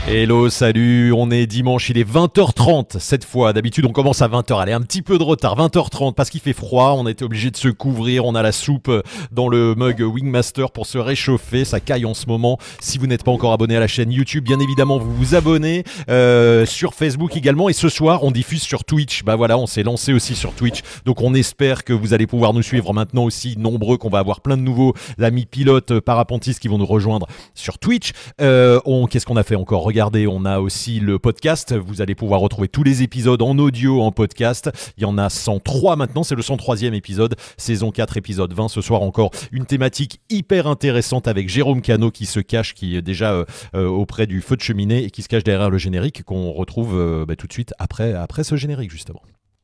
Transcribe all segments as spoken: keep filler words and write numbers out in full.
Hello, salut, on est dimanche, il est vingt heures trente cette fois. D'habitude on commence à vingt heures, allez un petit peu de retard, vingt heures trente parce qu'il fait froid, on a été obligé de se couvrir, on a la soupe dans le mug Wingmaster pour se réchauffer, ça caille en ce moment. Si vous n'êtes pas encore abonné à la chaîne YouTube, bien évidemment vous vous abonnez, euh, sur Facebook également, et ce soir on diffuse sur Twitch. Bah voilà, on s'est lancé aussi sur Twitch, donc on espère que vous allez pouvoir nous suivre maintenant aussi nombreux, qu'on va avoir plein de nouveaux amis pilotes parapentistes qui vont nous rejoindre sur Twitch. Euh, on, qu'est-ce qu'on a fait encore ? Regardez, on a aussi le podcast. Vous allez pouvoir retrouver tous les épisodes en audio, en podcast. Il y en a cent trois maintenant. C'est le cent troisième épisode, saison quatre, épisode vingt. Ce soir encore, une thématique hyper intéressante avec Jérôme Cano qui se cache, qui est déjà euh, euh, auprès du feu de cheminée et qui se cache derrière le générique qu'on retrouve euh, bah, tout de suite après, après ce générique, justement.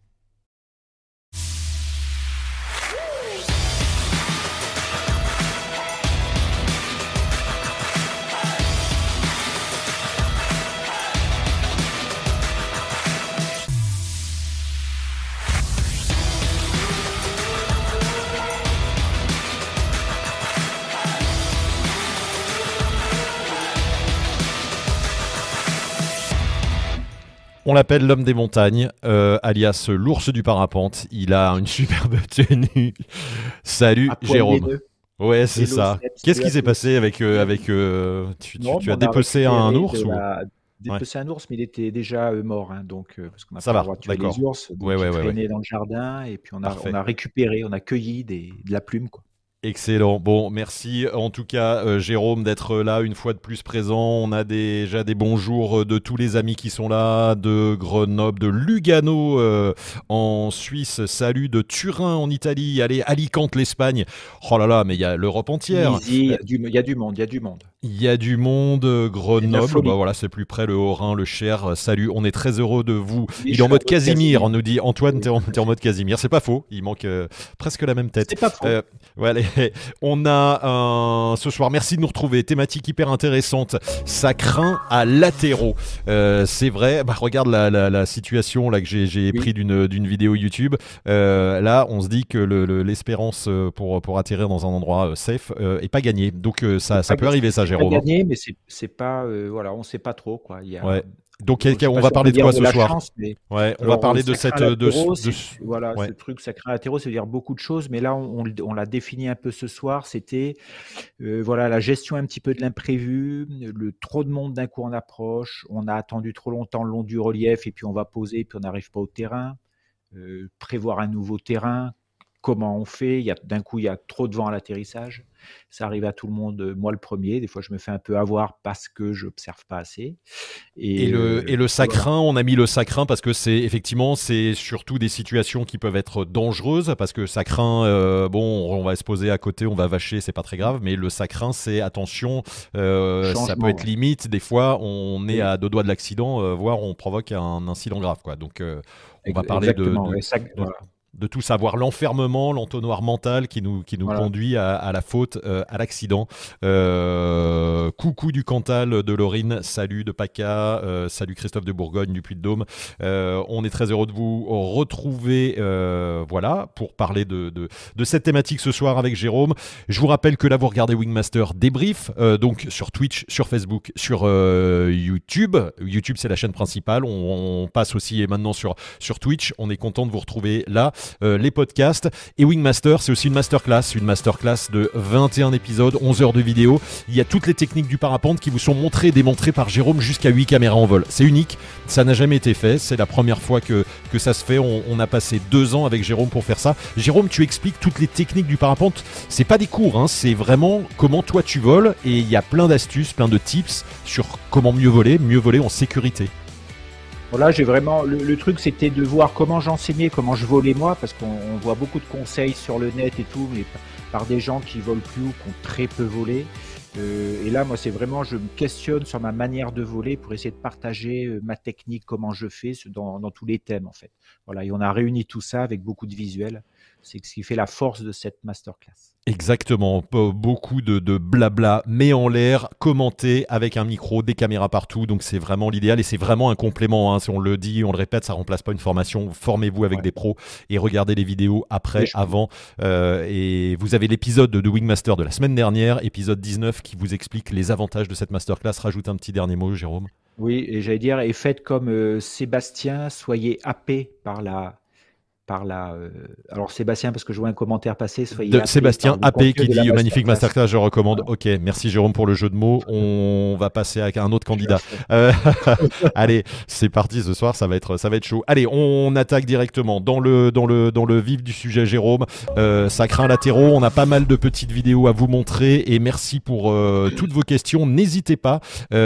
On l'appelle l'homme des montagnes, euh, alias l'ours du parapente. Il a une superbe tenue. Salut Jérôme. Ouais, c'est Hello, ça. Qu'est-ce qui s'est passé avec euh, avec euh, tu, tu, non, tu as dépecé un ours ou la... dépecé ouais. un ours, mais il était déjà euh, mort, hein, donc euh, parce qu'on a ça pas va, le droit de tuer les ours, donc ouais, ouais, il ouais, traînait ouais. dans le jardin et puis on a on a récupéré, on a cueilli des, de la plume, quoi. Excellent. Bon, merci en tout cas euh, Jérôme d'être là une fois de plus présent. On a déjà des bonjours de tous les amis qui sont là, de Grenoble, de Lugano euh, en Suisse, salut de Turin en Italie, allez Alicante l'Espagne. Oh là là, mais il y a l'Europe entière. Il y a du, il y a du monde, il y a du monde. Il y a du monde, Grenoble, bah voilà, c'est plus près, le Haut-Rhin, le Cher. Salut, on est très heureux de vous. Mais il est en mode Casimir, Casimir, on nous dit Antoine, t'es en, t'es en mode Casimir. C'est pas faux, il manque euh, presque la même tête. C'est pas faux. Euh, ouais, allez, on a un, ce soir, merci de nous retrouver, thématique hyper intéressante. Ça craint à latéraux. Euh, c'est vrai, bah, regarde la, la, la situation là, que j'ai, j'ai oui. pris d'une, d'une vidéo YouTube. Euh, là, on se dit que le, le, l'espérance pour, pour atterrir dans un endroit safe euh, est pas gagnée. Donc euh, ça, ça peut arriver, ça, Jérôme. Pas gagné, mais c'est, c'est pas, euh, voilà, on sait pas trop, quoi. Il y a, ouais. Donc, on, on va parler de quoi ce soir chance, mais... Ouais, on Alors, va parler de cette de, de, de... voilà, ouais. Ce truc sacré latéraux, ça veut dire beaucoup de choses, mais là on, on, on l'a défini un peu ce soir. C'était euh, voilà, la gestion un petit peu de l'imprévu, le trop de monde d'un coup en approche, on a attendu trop longtemps le long du relief et puis on va poser puis on n'arrive pas au terrain, euh, prévoir un nouveau terrain. Comment on fait ? Il y a, d'un coup, il y a trop de vent à l'atterrissage. Ça arrive à tout le monde, moi le premier. Des fois, je me fais un peu avoir parce que je n'observe pas assez. Et, et, le, euh, et le sacrin, voilà. On a mis le sacrin parce que c'est effectivement, c'est surtout des situations qui peuvent être dangereuses. Parce que sacrin, euh, bon, on va se poser à côté, on va vacher, c'est pas très grave. Mais le sacrin, c'est attention, euh, ça peut être ouais. limite. Des fois, on est oui. à deux doigts de l'accident, euh, voire on provoque un incident grave, quoi. Donc, euh, on va parler Exactement, de. de, ouais, ça, de voilà. de tout savoir, l'enfermement, l'entonnoir mental qui nous, qui nous voilà. conduit à, à la faute, euh, à l'accident. Euh, coucou du Cantal de Laurine, salut de Paca, euh, salut Christophe de Bourgogne du Puy-de-Dôme. Euh, on est très heureux de vous retrouver euh, voilà, pour parler de, de, de cette thématique ce soir avec Jérôme. Je vous rappelle que là, vous regardez Wingmaster Débrief, euh, donc sur Twitch, sur Facebook, sur euh, YouTube. YouTube, c'est la chaîne principale. On, on passe aussi maintenant sur, sur Twitch. On est content de vous retrouver là. Euh, les podcasts et Wingmaster, c'est aussi une masterclass, une masterclass de vingt et un épisodes, onze heures de vidéo. Il y a toutes les techniques du parapente qui vous sont montrées et démontrées par Jérôme jusqu'à huit caméras en vol. C'est unique, ça n'a jamais été fait, c'est la première fois que, que ça se fait. On, on a passé deux ans avec Jérôme pour faire ça. Jérôme, tu expliques toutes les techniques du parapente. C'est pas des cours, hein, c'est vraiment comment toi tu voles et il y a plein d'astuces, plein de tips sur comment mieux voler, mieux voler en sécurité. Voilà, j'ai vraiment le, le truc, c'était de voir comment j'enseignais, comment je volais moi, parce qu'on on voit beaucoup de conseils sur le net et tout, mais par des gens qui volent plus ou qui ont très peu volé. Euh, et là, moi, c'est vraiment, je me questionne sur ma manière de voler pour essayer de partager euh, ma technique, comment je fais dans, dans tous les thèmes, en fait. Voilà, et on a réuni tout ça avec beaucoup de visuels. C'est ce qui fait la force de cette masterclass. Exactement, beaucoup de, de blabla, mais en l'air, commenté avec un micro, des caméras partout, donc c'est vraiment l'idéal et c'est vraiment un complément, hein. Si on le dit, on le répète, ça remplace pas une formation, formez-vous avec ouais. des pros et regardez les vidéos après, avant, euh, et vous avez l'épisode de Wingmaster de la semaine dernière, épisode dix-neuf, qui vous explique les avantages de cette masterclass. Rajoute un petit dernier mot, Jérôme. Oui, et j'allais dire, et faites comme euh, Sébastien, soyez happé par la, par la. euh, alors Sébastien, parce que je vois un commentaire passer, soyez De happé Sébastien par le A P contenu qui de la dit magnifique masterclass. masterclass, je recommande. Voilà, Ok, merci Jérôme pour le jeu de mots. On va passer à un autre je suis à candidat. fond. Euh, allez, c'est parti ce soir, ça va être, ça va être chaud. Allez, on attaque directement dans le, dans le, dans le vif du sujet, Jérôme. Euh, ça craint latéraux. On a pas mal de petites vidéos à vous montrer et merci pour euh, toutes vos questions. N'hésitez pas.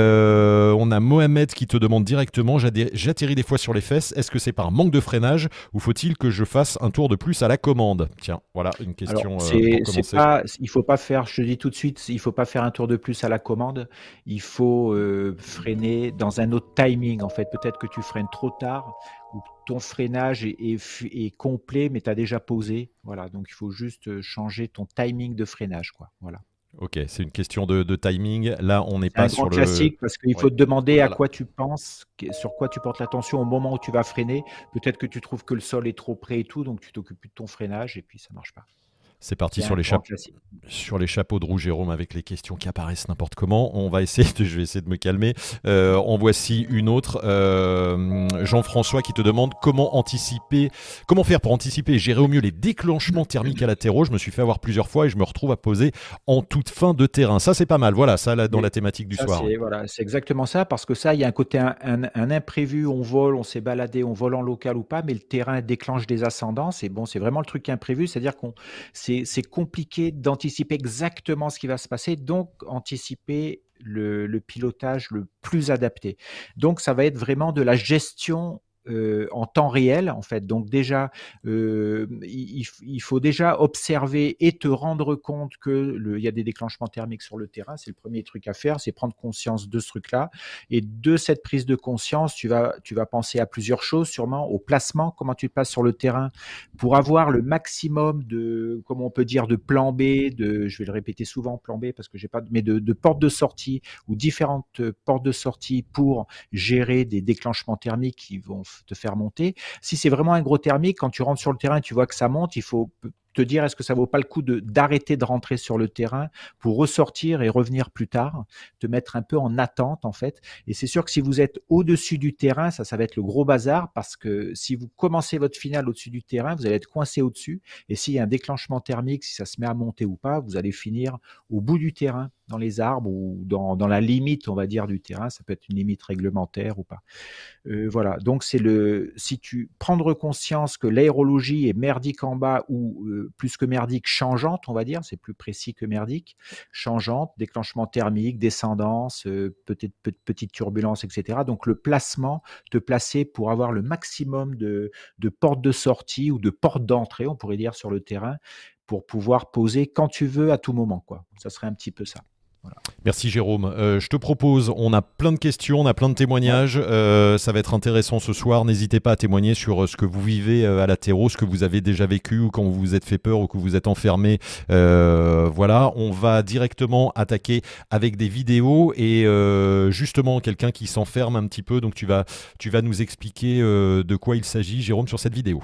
Euh, on a Mohamed qui te demande directement. J'atterris des fois sur les fesses. Est-ce que c'est par manque de freinage ou faut-il que je fasse un tour de plus à la commande? Tiens, voilà une Alors, question euh, c'est pour c'est commencer. pas, il faut pas faire, je te dis tout de suite, il faut pas faire un tour de plus à la commande. Il faut euh, freiner dans un autre timing. En fait, peut-être que tu freines trop tard ou que ton freinage est, est f- est complet, mais tu as déjà posé. Voilà, donc il faut juste euh, changer ton timing de freinage, quoi. Voilà. Ok, c'est une question de, de timing. Là, on n'est C'est pas un grand sur le. classique parce qu'il Ouais. faut te demander Oh à là là. quoi tu penses, que- sur quoi tu portes l'attention au moment où tu vas freiner. Peut-être que tu trouves que le sol est trop près et tout, donc tu t'occupes plus de ton freinage et puis ça marche pas. C'est parti C'est sur un les grand chapeaux. classique. Sur les chapeaux de roue, Jérôme, avec les questions qui apparaissent n'importe comment. On va essayer de, je vais essayer de me calmer. Euh, en voici une autre. Euh, Jean-François qui te demande comment anticiper, comment faire pour anticiper et gérer au mieux les déclenchements thermiques à latéraux. Je me suis fait avoir plusieurs fois et je me retrouve à poser en toute fin de terrain. Ça, c'est pas mal. Voilà, ça, là, dans la thématique du Ça, soir. Ouais. c'est voilà, c'est exactement ça, parce que ça, il y a un côté un, un- un imprévu, on vole, on s'est baladé, on vole en local ou pas, mais le terrain déclenche des ascendances, et bon, c'est vraiment le truc imprévu, c'est-à-dire qu'on c'est c'est compliqué d'anticiper exactement ce qui va se passer, donc anticiper le, le pilotage le plus adapté. Donc, ça va être vraiment de la gestion. euh, en temps réel, en fait. Donc déjà, euh, il, il faut déjà observer et te rendre compte que le, il y a des déclenchements thermiques sur le terrain. C'est le premier truc à faire, c'est prendre conscience de ce truc-là. Et de cette prise de conscience, tu vas, tu vas penser à plusieurs choses, sûrement au placement, comment tu te places sur le terrain pour avoir le maximum de, comment on peut dire, de plan B, de, je vais le répéter souvent, plan B, parce que j'ai pas, mais de, de portes de sortie ou différentes portes de sortie pour gérer des déclenchements thermiques qui vont te faire monter. Si c'est vraiment un gros thermique, quand tu rentres sur le terrain et tu vois que ça monte, il faut te dire est-ce que ça vaut pas le coup de d'arrêter de rentrer sur le terrain pour ressortir et revenir plus tard, te mettre un peu en attente en fait. Et c'est sûr que si vous êtes au-dessus du terrain, ça, ça va être le gros bazar parce que si vous commencez votre finale au-dessus du terrain, vous allez être coincé au-dessus. Et s'il y a un déclenchement thermique, si ça se met à monter ou pas, vous allez finir au bout du terrain, dans les arbres ou dans, dans la limite, on va dire, du terrain. Ça peut être une limite réglementaire ou pas. Euh, voilà, donc c'est le si tu prendre conscience que l'aérologie est merdique en bas ou euh, plus que merdique changeante, on va dire, c'est plus précis que merdique, changeante, déclenchement thermique, descendance, euh, peut-être pe- petite turbulence, et cetera. Donc le placement, te placer pour avoir le maximum de, de portes de sortie ou de portes d'entrée, on pourrait dire sur le terrain, pour pouvoir poser quand tu veux à tout moment, quoi. Ça serait un petit peu ça. Voilà. Merci Jérôme. Euh, je te propose, on a plein de questions, on a plein de Ouais. témoignages. Euh, ça va être intéressant ce soir. N'hésitez pas à témoigner sur euh, ce que vous vivez euh, à latéraux, ce que vous avez déjà vécu ou quand vous vous êtes fait peur ou que vous êtes enfermé. Euh, voilà, on va directement attaquer avec des vidéos et euh, justement quelqu'un qui s'enferme un petit peu. Donc tu vas, tu vas nous expliquer euh, de quoi il s'agit, Jérôme, sur cette vidéo.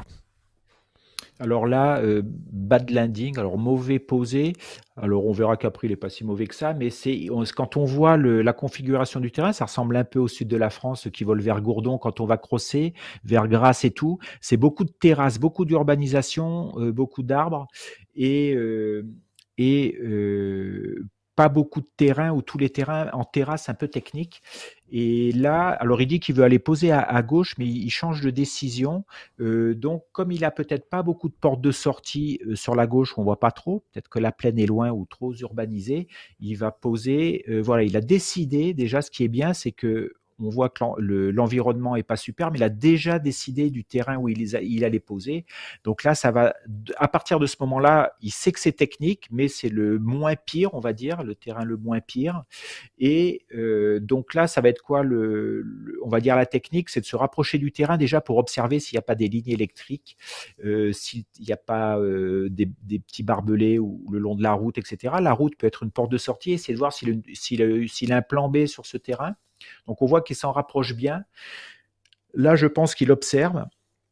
Alors là, euh, bad landing, alors mauvais posé. Alors on verra qu'après il n'est pas si mauvais que ça, mais c'est on- quand on voit le- la configuration du terrain, ça ressemble un peu au sud de la France, ceux qui volent vers Gourdon quand on va crosser, vers Grasse et tout. C'est beaucoup de terrasses, beaucoup d'urbanisation, euh, beaucoup d'arbres et euh, et euh, pas beaucoup de terrain ou tous les terrains en terrasse un peu technique. Et là, alors il dit qu'il veut aller poser à, à gauche, mais il, il change de décision. Euh, donc, comme il a peut-être pas beaucoup de portes de sortie euh, sur la gauche, on voit pas trop. Peut-être que la plaine est loin ou trop urbanisée. Il va poser. Euh, voilà, il a décidé déjà. Ce qui est bien, c'est que on voit que l'en- le- l'environnement est pas super, mais il a déjà décidé du terrain où il, les a- il allait poser. Donc là, ça va. À partir de ce moment-là, il sait que c'est technique, mais c'est le moins pire, on va dire, le terrain le moins pire. Et euh, donc là, ça va être quoi le, le- on va dire la technique, c'est de se rapprocher du terrain déjà pour observer s'il n'y a pas des lignes électriques, euh, s'il n'y a pas euh, des, des petits barbelés ou, ou le long de la route, et cetera. La route peut être une porte de sortie, essayer de voir s'il, s'il, s'il a un plan B sur ce terrain. Donc on voit qu'il s'en rapproche bien. Là, je pense qu'il observe.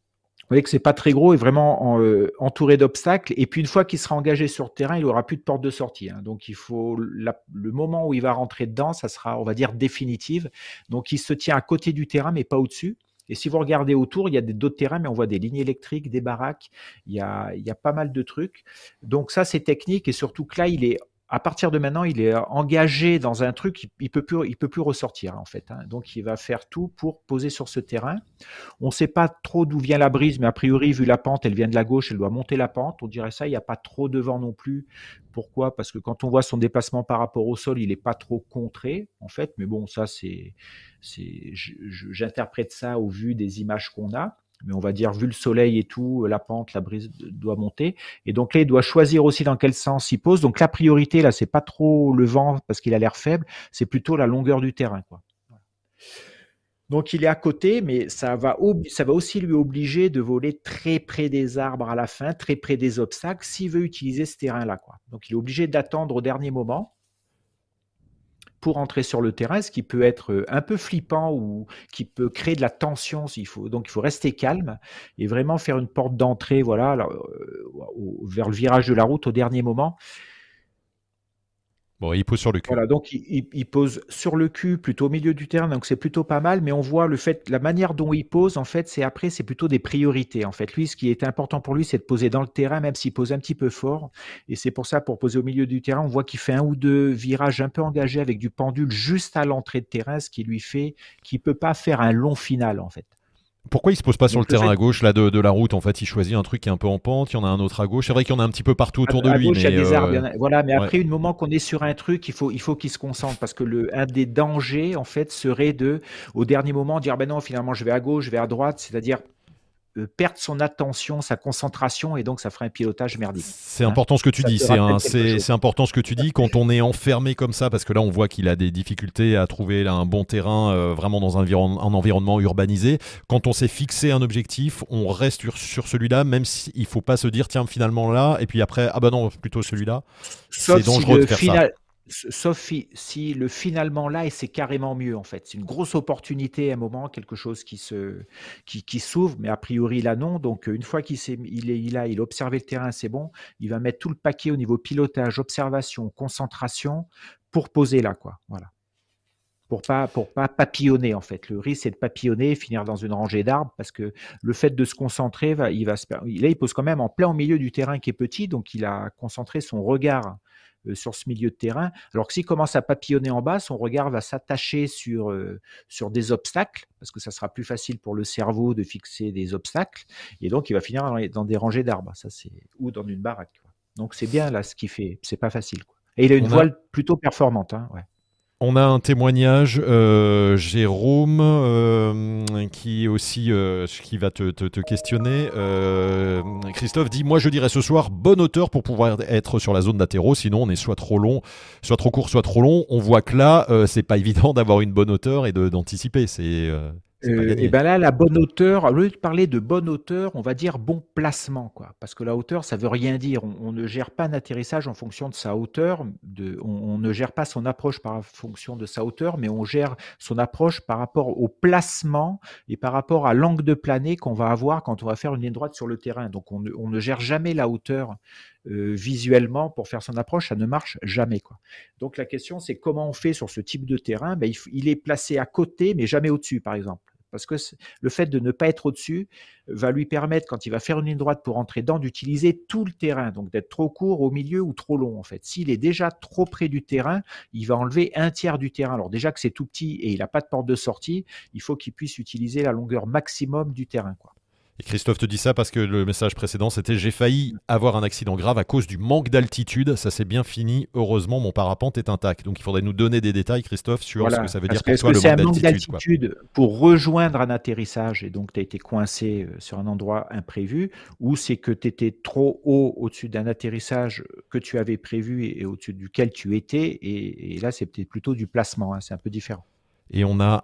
voyez que c'est pas très gros et vraiment en, euh, entouré d'obstacles. Et puis une fois qu'il sera engagé sur le terrain, il aura plus de porte de sortie. Hein. Donc il faut la, le moment où il va rentrer dedans, ça sera, on va dire, définitive. Donc il se tient à côté du terrain, mais pas au-dessus. Et si vous regardez autour, il y a d'autres terrains, mais on voit des lignes électriques, des baraques. Il y a, il y a pas mal de trucs. Donc ça, c'est technique et surtout que là, il est à partir de maintenant, il est engagé dans un truc, il ne peut plus, il peut plus ressortir en fait. Hein. Donc il va faire tout pour poser sur ce terrain. On ne sait pas trop d'où vient la brise, mais a priori, vu la pente, elle vient de la gauche, elle doit monter la pente. On dirait ça, il n'y a pas trop de vent non plus. Pourquoi? Parce que quand on voit son déplacement par rapport au sol, il n'est pas trop contré, en fait. Mais bon, ça, c'est, c'est, j'interprète ça au vu des images qu'on a. Mais on va dire, vu le soleil et tout, la pente, la brise doit monter. Et donc là, il doit choisir aussi dans quel sens il pose. Donc la priorité, là, c'est pas trop le vent parce qu'il a l'air faible, c'est plutôt la longueur du terrain, quoi. Donc il est à côté, mais ça va, ça va aussi lui obliger de voler très près des arbres à la fin, très près des obstacles, s'il veut utiliser ce terrain-là, quoi. Donc il est obligé d'attendre au dernier moment pour entrer sur le terrain, ce qui peut être un peu flippant ou qui peut créer de la tension. S'il faut. Donc il faut rester calme et vraiment faire une porte d'entrée, voilà, alors, euh, vers le virage de la route au dernier moment. Bon, il pose sur le cul. Voilà, donc il, il pose sur le cul, plutôt au milieu du terrain, donc c'est plutôt pas mal, mais on voit le fait, la manière dont il pose, en fait, c'est après, c'est plutôt des priorités. En fait, lui, ce qui est important pour lui, c'est de poser dans le terrain, même s'il pose un petit peu fort. Et c'est pour ça, pour poser au milieu du terrain, on voit qu'il fait un ou deux virages un peu engagés avec du pendule juste à l'entrée de terrain, ce qui lui fait qu'il ne peut pas faire un long final, en fait. Pourquoi il se pose pas sur Donc, le terrain fait... à gauche là de, de la route? En fait, il choisit un truc qui est un peu en pente, il y en a un autre à gauche. C'est vrai qu'il y en a un petit peu partout autour à, de à lui. Gauche, mais il y a des euh... arbres, a... voilà. Mais ouais. Après, une moment qu'on est sur un truc, il faut, il faut qu'il se concentre parce que le, un des dangers, en fait, serait de, au dernier moment, dire ben non, finalement, je vais à gauche, je vais à droite, c'est-à-dire euh, perdre son attention, sa concentration, et donc ça ferait un pilotage merdique. C'est hein important ce que tu ça dis. C'est, un, c'est, c'est important ce que tu dis quand on est enfermé comme ça, parce que là, on voit qu'il a des difficultés à trouver là, un bon terrain, euh, vraiment dans un, environ, un environnement urbanisé. Quand on s'est fixé un objectif, on reste sur, sur celui-là, même s'il ne faut pas se dire tiens, finalement là, et puis après, ah bah non, plutôt celui-là. Sauf c'est dangereux si de faire final... ça. Sauf si, si le finalement là, et c'est carrément mieux en fait. C'est une grosse opportunité à un moment, quelque chose qui, se, qui, qui s'ouvre, mais a priori là non. Donc une fois qu'il s'est, il est il a, il a observé le terrain, c'est bon. Il va mettre tout le paquet au niveau pilotage, observation, concentration pour poser là, quoi. Voilà. Pour pas, pour pas papillonner en fait. Le risque c'est de papillonner et finir dans une rangée d'arbres parce que le fait de se concentrer, va, il va se, là il pose quand même en plein au milieu du terrain qui est petit, donc il a concentré son regard sur ce milieu de terrain, alors que s'il commence à papillonner en bas, son regard va s'attacher sur, euh, sur des obstacles, parce que ça sera plus facile pour le cerveau de fixer des obstacles, et donc il va finir dans, les, dans des rangées d'arbres, ça c'est, ou dans une baraque. Quoi. Donc c'est bien là ce qu'il fait, c'est pas facile. Quoi. Et il a une On voile a... plutôt performante. Hein, ouais. On a un témoignage, euh, Jérôme, euh, qui aussi euh, qui va te, te, te questionner. Euh, Christophe dit, moi je dirais ce soir, bonne hauteur pour pouvoir être sur la zone d'atterro, sinon on est soit trop long, soit trop court, soit trop long. On voit que là, euh, c'est pas évident d'avoir une bonne hauteur et de, d'anticiper. C'est... Euh... Euh, et ben là, la bonne hauteur, au lieu de parler de bonne hauteur, on va dire bon placement, quoi. Parce que la hauteur, ça veut rien dire. On, on ne gère pas un atterrissage en fonction de sa hauteur. De, on, on ne gère pas son approche par fonction de sa hauteur, mais on gère son approche par rapport au placement et par rapport à l'angle de planée qu'on va avoir quand on va faire une ligne droite sur le terrain. Donc on ne, on ne gère jamais la hauteur euh, visuellement pour faire son approche, ça ne marche jamais, quoi. Donc la question, c'est comment on fait sur ce type de terrain. Ben, il, il est placé à côté, mais jamais au-dessus, par exemple. Parce que le fait de ne pas être au-dessus va lui permettre, quand il va faire une ligne droite pour entrer dedans, d'utiliser tout le terrain, donc d'être trop court, au milieu ou trop long en fait. S'il est déjà trop près du terrain, il va enlever un tiers du terrain. Alors déjà que c'est tout petit et il n'a pas de porte de sortie, il faut qu'il puisse utiliser la longueur maximum du terrain, quoi. Et Christophe te dit ça parce que le message précédent, c'était « J'ai failli avoir un accident grave à cause du manque d'altitude. Ça s'est bien fini. Heureusement, mon parapente est intact. » Donc, il faudrait nous donner des détails, Christophe, sur voilà. ce que ça veut parce dire pour toi, le manque manque d'altitude. d'altitude pour rejoindre un atterrissage et donc tu as été coincé sur un endroit imprévu, ou c'est que tu étais trop haut au-dessus d'un atterrissage que tu avais prévu et, et au-dessus duquel tu étais. Et, et là, c'est peut-être plutôt du placement. Hein, c'est un peu différent. Et on a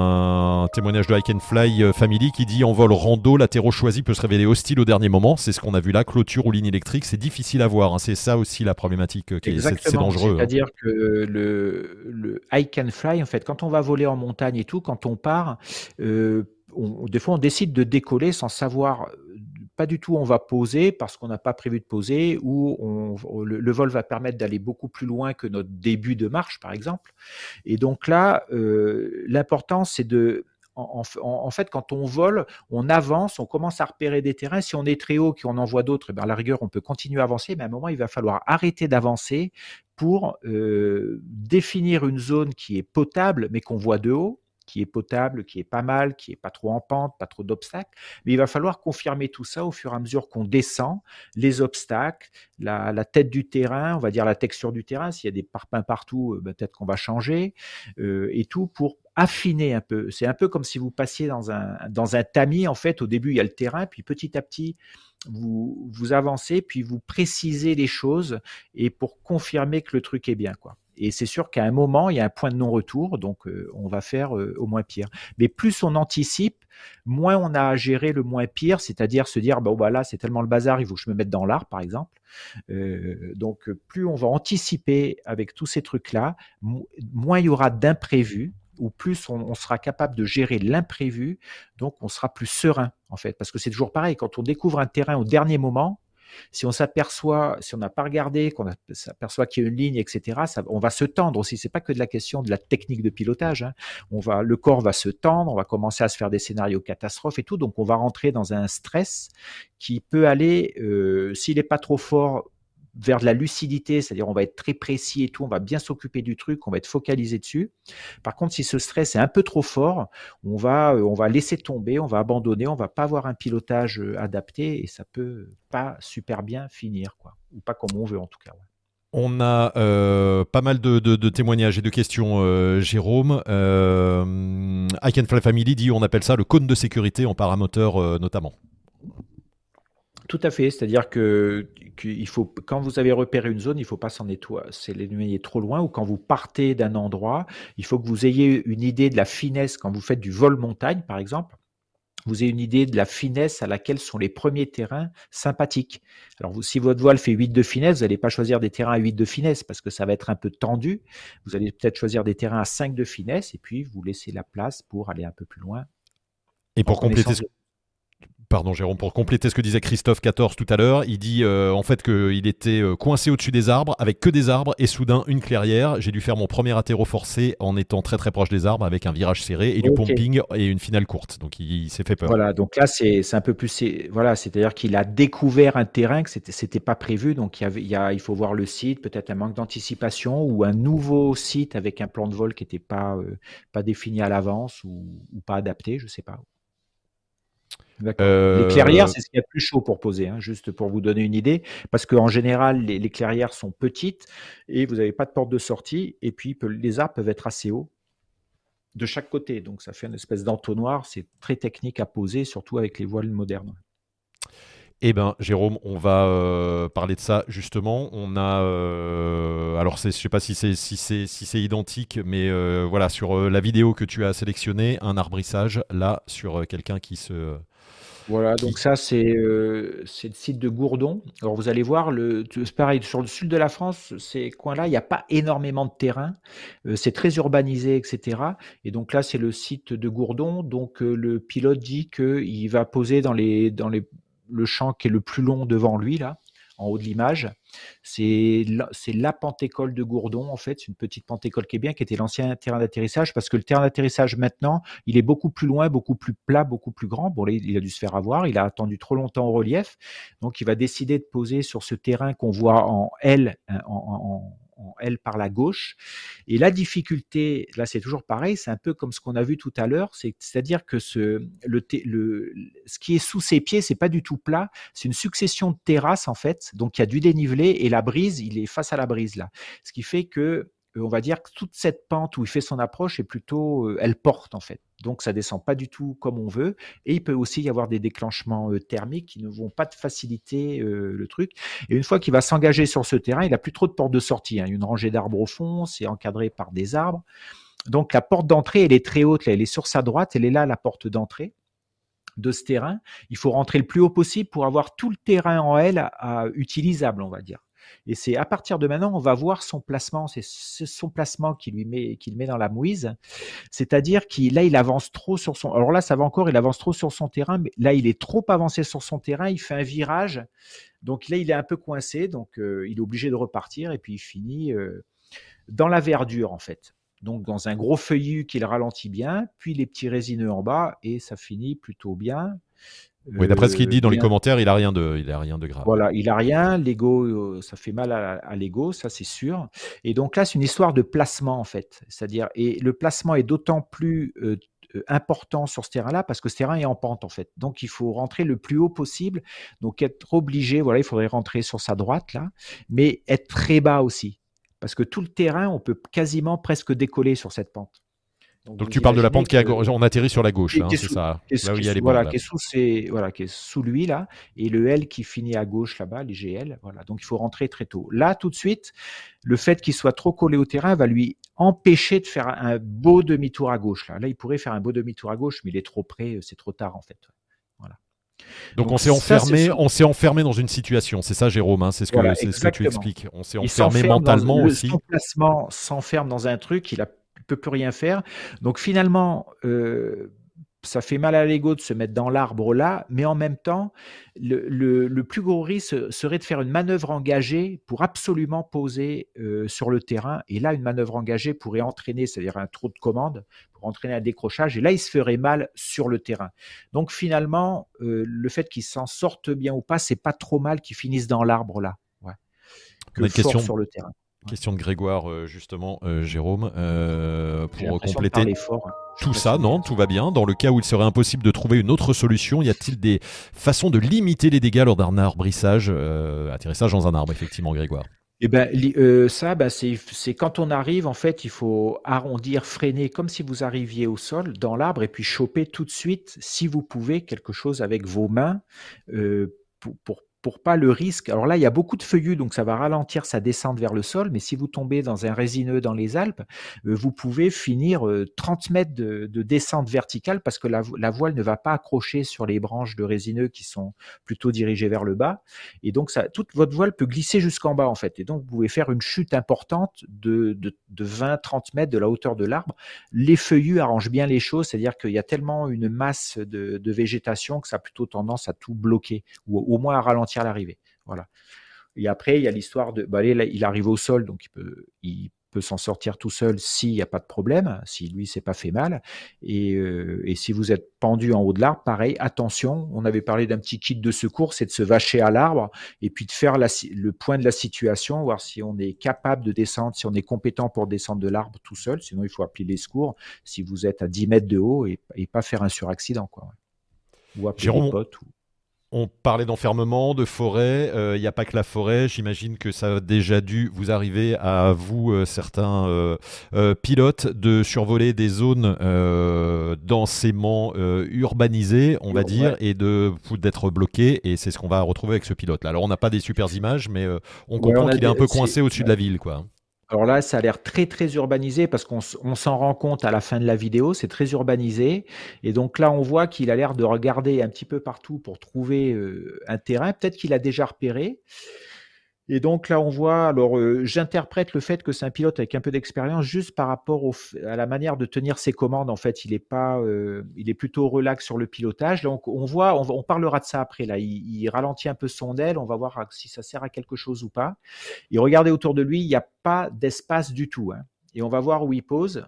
un témoignage de Hike and Fly Family qui dit « En vol rando, l'atterro choisi peut se révéler hostile au dernier moment. » C'est ce qu'on a vu là, clôture ou ligne électrique, c'est difficile à voir. Hein. C'est ça aussi la problématique, qui est, c'est, c'est dangereux. C'est-à-dire hein. que le, le Hike and Fly, en fait, quand on va voler en montagne et tout, quand on part, euh, on, des fois on décide de décoller sans savoir pas du tout on va poser parce qu'on n'a pas prévu de poser, ou on, le, le vol va permettre d'aller beaucoup plus loin que notre début de marche, par exemple. Et donc là, euh, l'important, c'est de... En, en, en, fait, quand on vole, on avance, on commence à repérer des terrains. Si on est très haut, qu'on en voit d'autres, eh bien, à la rigueur, on peut continuer à avancer, mais à un moment, il va falloir arrêter d'avancer pour euh, définir une zone qui est potable, mais qu'on voit de haut, qui est potable, qui est pas mal, qui est pas trop en pente, pas trop d'obstacles. Mais il va falloir confirmer tout ça au fur et à mesure qu'on descend, les obstacles, la, la tête du terrain, on va dire la texture du terrain. S'il y a des parpaings partout, euh, peut-être qu'on va changer, euh, et tout pour affiner un peu. C'est un peu comme si vous passiez dans un, dans un tamis. En fait, au début, il y a le terrain, puis petit à petit, vous, vous avancez, puis vous précisez les choses, et pour confirmer que le truc est bien, quoi. Et c'est sûr qu'à un moment, il y a un point de non-retour, donc euh, on va faire euh, au moins pire. Mais plus on anticipe, moins on a à gérer le moins pire, c'est-à-dire se dire, bon, bah là, c'est tellement le bazar, il faut que je me mette dans l'art, par exemple. Euh, donc, plus on va anticiper avec tous ces trucs-là, mo- moins il y aura d'imprévus, ou plus on, on sera capable de gérer l'imprévu, donc on sera plus serein, en fait. Parce que c'est toujours pareil, quand on découvre un terrain au dernier moment, si on s'aperçoit, si on n'a pas regardé, qu'on s'aperçoit qu'il y a une ligne, et cetera, ça, on va se tendre aussi. C'est pas que de la question de la technique de pilotage, hein. On va, le corps va se tendre, on va commencer à se faire des scénarios catastrophes et tout. Donc, on va rentrer dans un stress qui peut aller, euh, s'il n'est pas trop fort, vers de la lucidité, c'est-à-dire on va être très précis et tout, on va bien s'occuper du truc, on va être focalisé dessus. Par contre, si ce stress est un peu trop fort, on va, on va laisser tomber, on va abandonner, on va pas avoir un pilotage adapté, et ça peut pas super bien finir, quoi, ou pas comme on veut en tout cas. Ouais. On a euh, pas mal de, de, de témoignages et de questions, euh, Jérôme. Euh, I Can Fly Family dit on appelle ça le cône de sécurité en paramoteur euh, notamment. Tout à fait, c'est-à-dire que qu'il faut, quand vous avez repéré une zone, il ne faut pas s'en éloigner trop loin, ou quand vous partez d'un endroit, il faut que vous ayez une idée de la finesse quand vous faites du vol montagne, par exemple. Vous avez une idée de la finesse à laquelle sont les premiers terrains sympathiques. Alors, vous, si votre voile fait huit de finesse, vous n'allez pas choisir des terrains à huit de finesse parce que ça va être un peu tendu. Vous allez peut-être choisir des terrains à cinq de finesse, et puis vous laissez la place pour aller un peu plus loin. Et pour compléter ce... Pardon Jérôme, pour compléter ce que disait Christophe quatorze tout à l'heure, il dit euh, en fait qu'il était euh, coincé au-dessus des arbres avec que des arbres et soudain une clairière. J'ai dû faire mon premier atterro forcé en étant très très proche des arbres avec un virage serré et du okay. pumping et une finale courte. Donc il, il s'est fait peur. Voilà, donc là c'est un peu plus, c'est, voilà, c'est-à-dire qu'il a découvert un terrain que c'était c'était pas prévu, donc il y avait, il y a, il faut voir le site, peut-être un manque d'anticipation ou un nouveau site avec un plan de vol qui n'était pas euh, pas défini à l'avance ou, ou pas adapté, je sais pas. Euh... Les clairières, c'est ce qu'il y a de plus chaud pour poser, hein, juste pour vous donner une idée, parce qu'en général, les, les clairières sont petites et vous n'avez pas de porte de sortie, et puis les arbres peuvent être assez hauts de chaque côté, donc ça fait une espèce d'entonnoir, c'est très technique à poser, surtout avec les voiles modernes. Eh bien, Jérôme, on va euh, parler de ça justement. On a, euh, alors je ne sais pas si c'est si c'est si c'est identique, mais euh, voilà, sur euh, la vidéo que tu as sélectionnée, un arbrissage là sur euh, quelqu'un qui se Voilà, donc ça, c'est euh, c'est le site de Gourdon. Alors, vous allez voir, le, c'est pareil, sur le sud de la France, ces coins-là, il n'y a pas énormément de terrain. Euh, c'est très urbanisé, et cetera. Et donc là, c'est le site de Gourdon. Donc, euh, le pilote dit qu'il va poser dans, les, dans les, le champ qui est le plus long devant lui, là, en haut de l'image. C'est la, c'est la Pentécole de Gourdon, en fait. C'est une petite Pentécole qui est bien, qui était l'ancien terrain d'atterrissage, parce que le terrain d'atterrissage, maintenant, il est beaucoup plus loin, beaucoup plus plat, beaucoup plus grand. Bon, là, il a dû se faire avoir. Il a attendu trop longtemps au relief. Donc, il va décider de poser sur ce terrain qu'on voit en L, en, en, en L par la gauche. Et la difficulté, là, c'est toujours pareil, c'est un peu comme ce qu'on a vu tout à l'heure, c'est, c'est-à-dire que ce, le, le, ce qui est sous ses pieds, c'est pas du tout plat, c'est une succession de terrasses, en fait. Donc, il y a du dénivelé et la brise, il est face à la brise, là. Ce qui fait que, on va dire que toute cette pente où il fait son approche est plutôt, euh, elle porte en fait. Donc ça descend pas du tout comme on veut. Et il peut aussi y avoir des déclenchements euh, thermiques qui ne vont pas te faciliter euh, le truc. Et une fois qu'il va s'engager sur ce terrain, il n'a plus trop de portes de sortie, hein. Il y a une rangée d'arbres au fond, c'est encadré par des arbres. Donc la porte d'entrée, elle est très haute, là, elle est sur sa droite, elle est là la porte d'entrée de ce terrain. Il faut rentrer le plus haut possible pour avoir tout le terrain en L à, à utilisable, on va dire. Et c'est à partir de maintenant, on va voir son placement. C'est c'est son placement qui lui met, qui le met dans la mouise. C'est-à-dire qu'il là, il avance trop sur son. Alors là, ça va encore, il avance trop sur son terrain, mais là, il est trop avancé sur son terrain. Il fait un virage, donc là, il est un peu coincé, donc euh, il est obligé de repartir et puis il finit euh, dans la verdure en fait. Donc dans un gros feuillu qui le ralentit bien, puis les petits résineux en bas et ça finit plutôt bien. Oui, d'après ce qu'il Euh, dit dans les bien. commentaires, il a rien de, il a rien de grave. Voilà, il a rien, l'ego, euh, ça fait mal à, à l'ego, ça c'est sûr. Et donc là, c'est une histoire de placement en fait. C'est-à-dire, et le placement est d'autant plus euh, euh, important sur ce terrain-là parce que ce terrain est en pente en fait. Donc il faut rentrer le plus haut possible. Donc être obligé, voilà, il faudrait rentrer sur sa droite là, mais être très bas aussi. Parce que tout le terrain, on peut quasiment presque décoller sur cette pente. Donc, Donc vous tu parles de la imaginez pente qui est à que gauche. On atterrit sur la gauche, qui là, est hein, qui est c'est sous ça. qui est Là où qui il est y a les sous bandes, voilà, là. qui est sous ces voilà, qui est sous lui là et le L qui finit à gauche là-bas, les G L, voilà. Donc il faut rentrer très tôt. Là, tout de suite, le fait qu'il soit trop collé au terrain va lui empêcher de faire un beau demi-tour à gauche là. Là, il pourrait faire un beau demi-tour à gauche, mais il est trop près, c'est trop tard en fait. Voilà. Donc on Donc s'est ça, c'est enfermé, sous on s'est enfermé dans une situation. C'est ça, Jérôme, hein, c'est ce que voilà, c'est ce que tu exactement. expliques. On s'est Il enfermé s'enferme dans mentalement le son aussi. placement s'enferme dans un truc, il a il peut plus rien faire. Donc finalement, heu, ça fait mal à l'ego de se mettre dans l'arbre là, mais en même temps, le le le plus gros risque serait de faire une manœuvre engagée pour absolument poser, heu, sur le terrain et là, une manœuvre engagée pourrait entraîner, c'est-à-dire un trop de commande, pour entraîner un décrochage et là, il se ferait mal sur le terrain. Donc finalement, heu, le fait qu'il s'en sorte bien ou pas, c'est pas trop mal qu'il finisse dans l'arbre là, ouais, On a que une fort question, sur le terrain. Ouais. question de Grégoire, euh, justement, euh, Jérôme, euh, J'ai pour l'impression de compléter parler fort, hein. Je sais tout pas si ça. vous Non, tout va m'entendez. bien. Dans le cas où il serait impossible de trouver une autre solution, y a-t-il des façons de limiter les dégâts lors d'un arbrissage, euh, atterrissage dans un arbre, effectivement, Grégoire? Eh ben, li- euh, ça, ben, c'est, c'est quand on arrive, en fait, il faut arrondir, freiner, comme si vous arriviez au sol, dans l'arbre, et puis choper tout de suite, si vous pouvez, quelque chose avec vos mains, euh, pour, pour, pour pas le risque. Alors là, il y a beaucoup de feuillus, donc ça va ralentir sa descente vers le sol, mais si vous tombez dans un résineux dans les Alpes, euh, vous pouvez finir euh, trente mètres de, de descente verticale parce que la, vo- la voile ne va pas accrocher sur les branches de résineux qui sont plutôt dirigées vers le bas. Et donc, ça, toute votre voile peut glisser jusqu'en bas, en fait. Et donc, vous pouvez faire une chute importante de, de, de vingt à trente mètres de la hauteur de l'arbre. Les feuillus arrangent bien les choses, c'est-à-dire qu'il y a tellement une masse de, de végétation que ça a plutôt tendance à tout bloquer, ou au moins à ralentir l'arrivée. Voilà. Et après, il y a l'histoire de. Bah, là, il arrive au sol, donc il peut, il peut s'en sortir tout seul s'il n'y a pas de problème, si lui s'est pas fait mal. Et, euh, et si vous êtes pendu en haut de l'arbre, pareil, attention. On avait parlé d'un petit kit de secours, c'est de se vacher à l'arbre et puis de faire la, le point de la situation, voir si on est capable de descendre, si on est compétent pour descendre de l'arbre tout seul. Sinon, il faut appeler les secours si vous êtes à dix mètres de haut et, et pas faire un suraccident, quoi. Ou appeler des Jérôme, potes. Ou... on parlait d'enfermement, de forêt. Il euh, n'y a pas que la forêt. J'imagine que ça a déjà dû vous arriver à vous, euh, certains euh, euh, pilotes, de survoler des zones euh, densément euh, urbanisées, on va dire, Ouais. et de d'être bloqué. Et c'est ce qu'on va retrouver avec ce pilote-là. Alors, on n'a pas des super images, mais euh, on Ouais, comprend on a qu'il est un des, peu c'est, coincé au-dessus de ouais. la ville, quoi. Alors là, ça a l'air très, très urbanisé parce qu'on s- on s'en rend compte à la fin de la vidéo, c'est très urbanisé. Et donc là, on voit qu'il a l'air de regarder un petit peu partout pour trouver euh, un terrain. Peut-être qu'il a déjà repéré. Et donc là, on voit, alors euh, j'interprète le fait que c'est un pilote avec un peu d'expérience juste par rapport au f- à la manière de tenir ses commandes. En fait, il est pas, euh, il est plutôt relax sur le pilotage. Donc on voit, on, va- on parlera de ça après. Là, il, il ralentit un peu son aile. On va voir si ça sert à quelque chose ou pas. Et regardez autour de lui, il n'y a pas d'espace du tout, hein. Et on va voir où il pose.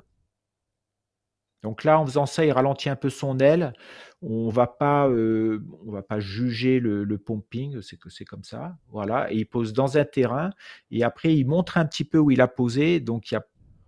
Donc là, en faisant ça, il ralentit un peu son aile. On va pas, euh, on va pas juger le, le pumping, c'est que c'est comme ça. Voilà. Et il pose dans un terrain. Et après, il montre un petit peu où il a posé. Donc il y a,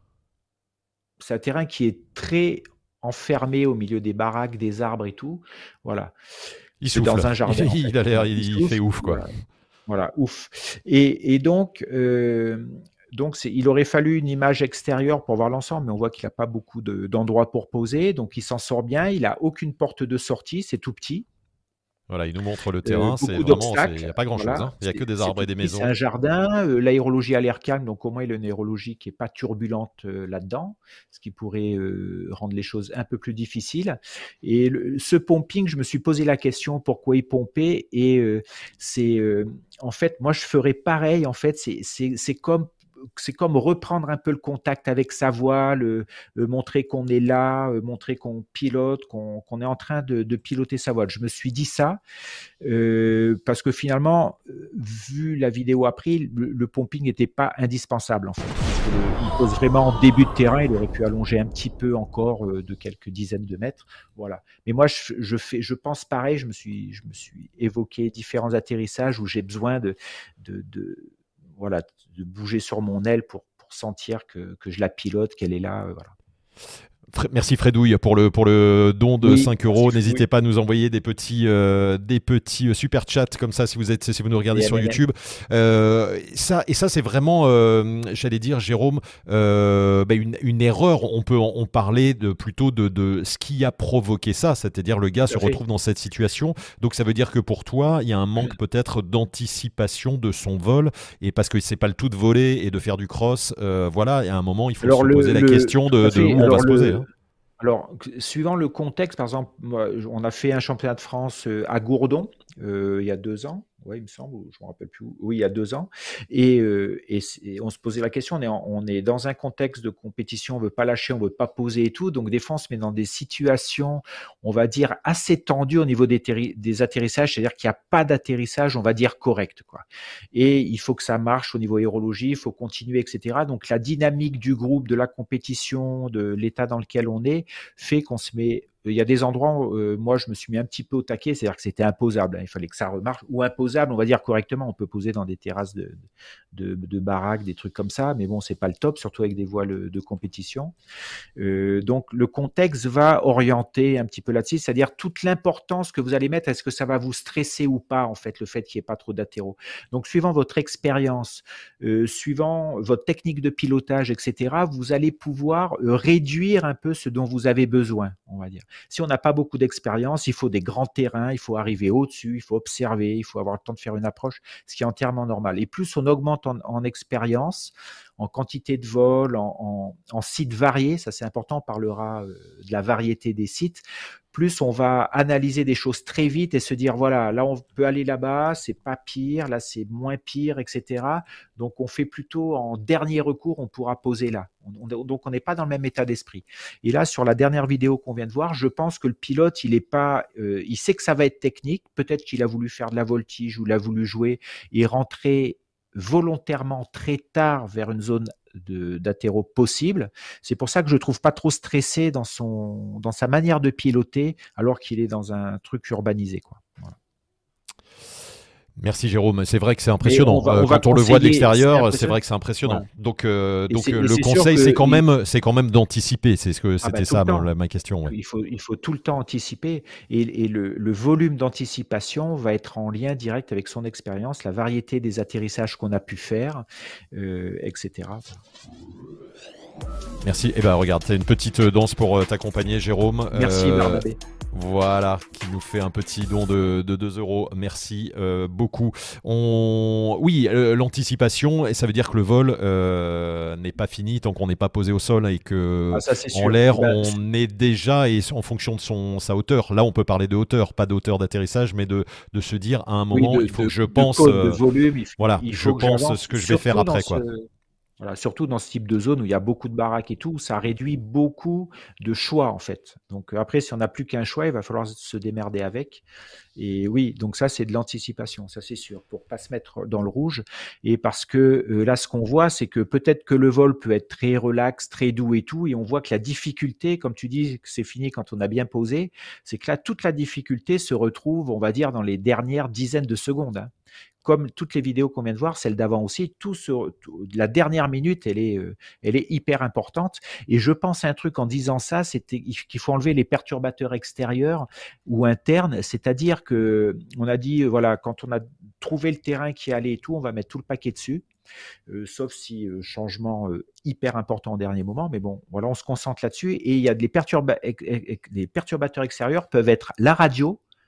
c'est un terrain qui est très enfermé au milieu des baraques, des arbres et tout. Voilà. Il C'est souffle. dans un jardin en fait. Il a l'air, Ouais, il il fait souffle. ouf, quoi. Voilà. Voilà, ouf. Et, et donc, euh, donc c'est, il aurait fallu une image extérieure pour voir l'ensemble, mais on voit qu'il n'a pas beaucoup de, d'endroits pour poser, donc il s'en sort bien. Il n'a aucune porte de sortie, c'est tout petit. Voilà, il nous montre le Euh, terrain, c'est beaucoup vraiment, il d'obstacles. n'y a pas grand-chose, Voilà, hein. Il n'y a que c'est des c'est arbres et tout des petit, c'est maisons. un jardin. Euh, l'aérologie a l'air calme, donc au moins il y a une aérologie qui est pas turbulente euh, là-dedans, ce qui pourrait euh, rendre les choses un peu plus difficiles. Et le- ce pumping, je me suis posé la question pourquoi il pompait. Et euh, c'est euh, en fait, moi je ferais pareil. En fait, c'est c'est c'est comme c'est comme reprendre un peu le contact avec sa voile, euh, euh, montrer qu'on est là, euh, montrer qu'on pilote, qu'on qu'on est en train de, de piloter sa voile. Je me suis dit ça. Euh, parce que finalement, euh, vu la vidéo après, le, le pumping n'était pas indispensable en fait. Parce que le- il pose vraiment en début de terrain, il aurait pu allonger un petit peu encore euh, de quelques dizaines de mètres. Voilà. Mais moi, je, je fais, je pense pareil. Je me suis, je me suis évoqué différents atterrissages où j'ai besoin de, de, de, voilà, de bouger sur mon aile pour, pour sentir que, que je la pilote, qu'elle est là. euh, voilà. Merci Fredouille pour le, pour le don de Oui, cinq merci euros. N'hésitez Frédéric. pas à nous envoyer des petits, euh, des petits euh, super chats comme ça si vous, êtes, si vous nous regardez Et sur M M M. YouTube. Euh, ça, et ça, c'est vraiment, euh, j'allais dire, Jérôme, euh, bah, une, une erreur. On peut en on parlait de, plutôt de, de ce qui a provoqué ça, c'est-à-dire le gars Tout se à fait. retrouve dans cette situation. Donc ça veut dire que pour toi, il y a un manque peut-être d'anticipation de son vol. Et parce que c'est pas le tout de voler et de faire du cross, euh, voilà, et à un moment, il faut Alors se le, poser la le, question tout à de, de fait. où on va Alors se poser, le, hein. Alors, suivant le contexte, par exemple, moi, on a fait un championnat de France euh, à Gourdon euh, il y a deux ans, ouais, il me semble, ou je me rappelle plus où. Oui, il y a deux ans, et, euh, et, c'est- et on se posait la question. On est, en- on est dans un contexte de compétition, on veut pas lâcher, on veut pas poser et tout, donc des fois on se met dans des situations, on va dire assez tendues au niveau des, terri- des atterrissages, c'est-à-dire qu'il n'y a pas d'atterrissage, on va dire correct, quoi. Et il faut que ça marche au niveau aérologie, il faut continuer, et cetera. Donc la dynamique du groupe, de la compétition, de l'état dans lequel on est fait qu'on se met. Il y a des endroits où euh, moi je me suis mis un petit peu au taquet, c'est-à-dire que c'était imposable, hein, il fallait que ça remarche, ou imposable, on va dire correctement. On peut poser dans des terrasses de, de, de baraques, des trucs comme ça, mais bon, c'est pas le top, surtout avec des voiles de compétition. Euh, donc le contexte va orienter un petit peu là-dessus, c'est-à-dire toute l'importance que vous allez mettre, est-ce que ça va vous stresser ou pas, en fait, le fait qu'il n'y ait pas trop d'attéro. Donc suivant votre expérience, euh, suivant votre technique de pilotage, et cetera, vous allez pouvoir euh, réduire un peu ce dont vous avez besoin, on va dire. Si on n'a pas beaucoup d'expérience, il faut des grands terrains, il faut arriver au-dessus, il faut observer, il faut avoir le temps de faire une approche, ce qui est entièrement normal. Et plus on augmente en, en expérience, en quantité de vol, en, en, en sites variés, ça c'est important, on parlera euh, de la variété des sites, plus on va analyser des choses très vite et se dire, voilà, là on peut aller là-bas, c'est pas pire, là c'est moins pire, et cetera. Donc on fait plutôt en dernier recours, on pourra poser là. On, on, donc on n'est pas dans le même état d'esprit. Et là, sur la dernière vidéo qu'on vient de voir, je pense que le pilote, il est pas, euh, il sait que ça va être technique, peut-être qu'il a voulu faire de la voltige ou l'a voulu jouer et rentrer volontairement très tard vers une zone d'athéro possible. C'est pour ça que je ne trouve pas trop stressé dans, son, dans sa manière de piloter alors qu'il est dans un truc urbanisé, quoi. Voilà. Merci Jérôme, c'est vrai que c'est Mais on impressionnant. va, Euh, on va quand on le voit de conseiller, c'est l'extérieur, c'est impressionnant. vrai que c'est Voilà. impressionnant. Donc, euh, Et donc c'est, euh, et le c'est sûr conseil, c'est que quand il, même, c'est quand même d'anticiper. C'est ce que ah ben, c'était tout le ça mon- temps, la- ma question. Ouais. il faut, il faut tout le temps anticiper. Et, et le, le volume d'anticipation va être en lien direct avec son expérience, la variété des atterrissages qu'on a pu faire, euh, et cetera. Merci. Et ben regarde, t'as une petite danse pour euh, t'accompagner, Jérôme. Merci Euh, Barnabé. Voilà, qui nous fait un petit don de, de deux euros. Merci euh, beaucoup. On... Oui, euh, l'anticipation, et ça veut dire que le vol euh, n'est pas fini tant qu'on n'est pas posé au sol et que Ah, ça c'est en sûr. l'air, Ben, on est déjà et en fonction de son, sa hauteur. Là, on peut parler de hauteur, pas de hauteur d'atterrissage, mais de, de se dire à un oui, moment, de, il faut de, que je de pense, code, de euh, volume, il, voilà, il je faut que pense ce j'avance, que je vais faire surtout dans après, ce, quoi. voilà, surtout dans ce type de zone où il y a beaucoup de baraques et tout, ça réduit beaucoup de choix en fait. Donc euh, après, si on n'a plus qu'un choix, il va falloir se démerder avec. Et oui, donc ça c'est de l'anticipation, ça c'est sûr, pour pas se mettre dans le rouge. Et parce que euh, là, ce qu'on voit, c'est que peut-être que le vol peut être très relax, très doux et tout, et on voit que la difficulté, comme tu dis, que c'est fini quand on a bien posé, c'est que là, toute la difficulté se retrouve, on va dire, dans les dernières dizaines de secondes, hein. Comme toutes les vidéos qu'on vient de voir, celle d'avant aussi, tout ce, tout, la dernière minute, elle est, euh, elle est hyper importante. Et je pense à un truc en disant ça, c'est qu'il faut enlever les perturbateurs extérieurs ou internes, c'est-à-dire que on a dit, voilà, quand on a trouvé le terrain qui allait et tout, on va mettre tout le paquet dessus. Euh, sauf si euh, changement euh, hyper important au dernier moment, mais bon, voilà, on se concentre là-dessus. Et il y a des, perturba- les perturbateurs extérieurs peuvent être la radio,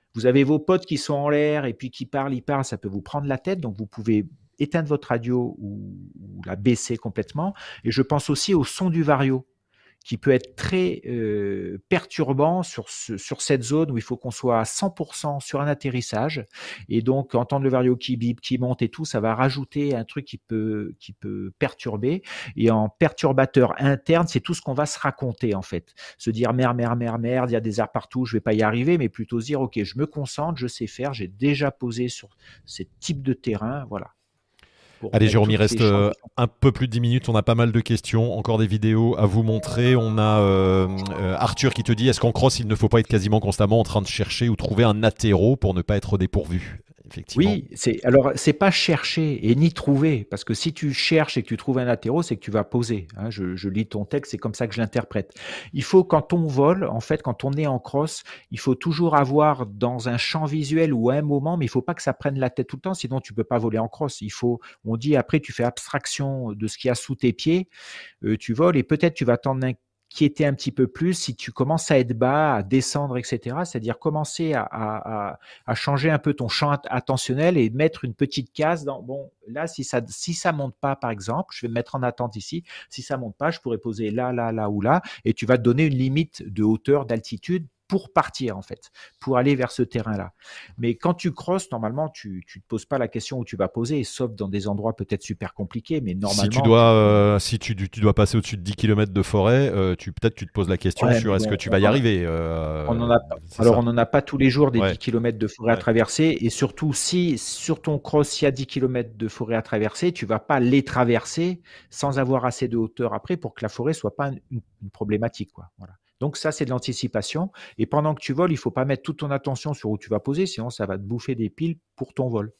Vous avez vos potes qui sont en l'air et puis qui parlent, ils parlent, ça peut vous prendre la tête. Donc, vous pouvez éteindre votre radio ou, ou la baisser complètement. Et je pense aussi au son du vario, qui peut être très euh, perturbant sur, ce, sur cette zone où il faut qu'on soit à cent pour cent sur un atterrissage. Et donc, entendre le vario qui bip, qui monte et tout, ça va rajouter un truc qui peut, qui peut perturber. Et en perturbateur interne, c'est tout ce qu'on va se raconter, en fait. Se dire merde, merde, merde, merde, il y a des airs partout, je vais pas y arriver, mais plutôt se dire, OK, je me concentre, je sais faire, j'ai déjà posé sur ce type de terrain, voilà. Allez Jérôme, il reste euh, un peu plus de dix minutes, on a pas mal de questions, encore des vidéos à vous montrer. On a euh, euh, Arthur qui te dit, est-ce qu'en cross il ne faut pas être quasiment constamment en train de chercher ou trouver un attéro pour ne pas être dépourvu? Effectivement. Oui, c'est alors c'est pas chercher et ni trouver, parce que si tu cherches et que tu trouves un attéro, c'est que tu vas poser. Hein, je, je lis ton texte, c'est comme ça que je l'interprète. Il faut, quand on vole, en fait, quand on est en cross, il faut toujours avoir dans un champ visuel ou à un moment, mais il faut pas que ça prenne la tête tout le temps, sinon tu peux pas voler en cross. Il faut, on dit après, tu fais abstraction de ce qu'il y a sous tes pieds, euh, tu voles et peut-être tu vas t'en inquiéter un petit peu plus si tu commences à être bas, à descendre, et cetera. C'est-à-dire commencer à, à, à, à changer un peu ton champ attentionnel et mettre une petite case dans, bon, là, si ça si ça monte pas, par exemple, je vais me mettre en attente ici, si ça monte pas, je pourrais poser là, là, là ou là, et tu vas te donner une limite de hauteur, d'altitude pour partir, en fait, pour aller vers ce terrain-là. Mais quand tu crosses, normalement, tu ne te poses pas la question où tu vas poser, sauf dans des endroits peut-être super compliqués, mais normalement… Si tu dois, euh, si tu, tu dois passer au-dessus de dix kilomètres de forêt, euh, tu, peut-être tu te poses la question ouais, sur est-ce bon, que tu vas y arriver euh, on en a, alors, ça. on n'en a pas tous les jours des ouais. dix kilomètres de forêt ouais. à traverser, et surtout, si sur ton cross, il y a dix kilomètres de forêt à traverser, tu ne vas pas les traverser sans avoir assez de hauteur après pour que la forêt ne soit pas une, une problématique, quoi. Voilà. Donc ça, c'est de l'anticipation. Et pendant que tu voles, il ne faut pas mettre toute ton attention sur où tu vas poser, sinon ça va te bouffer des piles pour ton vol.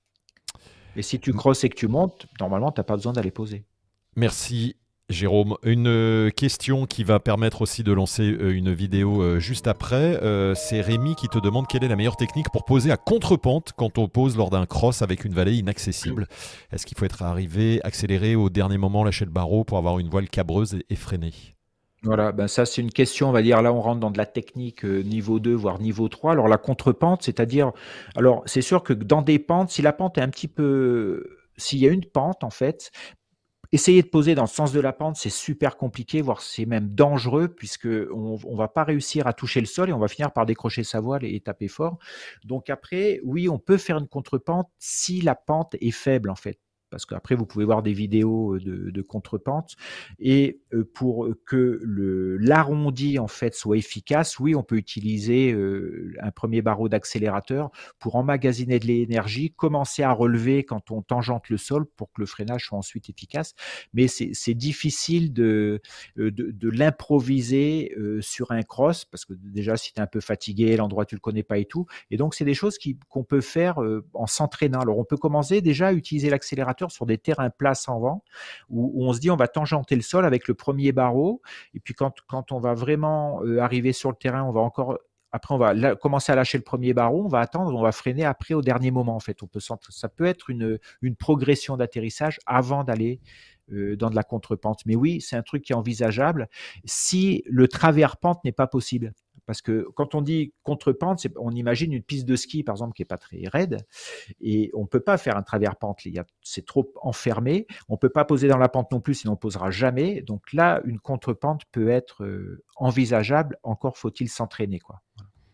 Et si tu crosses et que tu montes, normalement, tu n'as pas besoin d'aller poser. Merci Jérôme. Une question qui va permettre aussi de lancer une vidéo juste après. C'est Rémi qui te demande quelle est la meilleure technique pour poser à contre-pente quand on pose lors d'un cross avec une vallée inaccessible. Est-ce qu'il faut être arrivé, accéléré au dernier moment, lâcher le barreau pour avoir une voile cabreuse et freinée? Voilà, ben ça c'est une question, on va dire, là on rentre dans de la technique euh, niveau deux, voire niveau trois. Alors la contre-pente, c'est-à-dire, alors c'est sûr que dans des pentes, si la pente est un petit peu, s'il y a une pente en fait, essayer de poser dans le sens de la pente, c'est super compliqué, voire c'est même dangereux, puisque on, on va pas réussir à toucher le sol et on va finir par décrocher sa voile et, et taper fort. Donc après, oui, on peut faire une contre-pente si la pente est faible en fait. Parce qu'après, vous pouvez voir des vidéos de, de contre-pente. Et pour que le, l'arrondi, en fait, soit efficace, oui, on peut utiliser euh, un premier barreau d'accélérateur pour emmagasiner de l'énergie, commencer à relever quand on tangente le sol pour que le freinage soit ensuite efficace. Mais c'est, c'est difficile de, de, de l'improviser euh, sur un cross, parce que déjà, si tu es un peu fatigué, l'endroit, tu ne le connais pas et tout. Et donc, c'est des choses qui, qu'on peut faire euh, en s'entraînant. Alors, on peut commencer déjà à utiliser l'accélérateur sur des terrains plats sans vent, où, où on se dit on va tangenter le sol avec le premier barreau, et puis quand, quand on va vraiment euh, arriver sur le terrain, on va encore, après on va la, commencer à lâcher le premier barreau, on va attendre, on va freiner après au dernier moment en fait. On peut, ça peut être une, une progression d'atterrissage avant d'aller euh, dans de la contre-pente. Mais oui, c'est un truc qui est envisageable si le travers pente n'est pas possible. Parce que quand on dit contre-pente, c'est, on imagine une piste de ski, par exemple, qui n'est pas très raide, et on ne peut pas faire un travers pente. Il y a, c'est trop enfermé. On ne peut pas poser dans la pente non plus, sinon on ne posera jamais. Donc là, une contre-pente peut être euh, envisageable. Encore faut-il s'entraîner, quoi.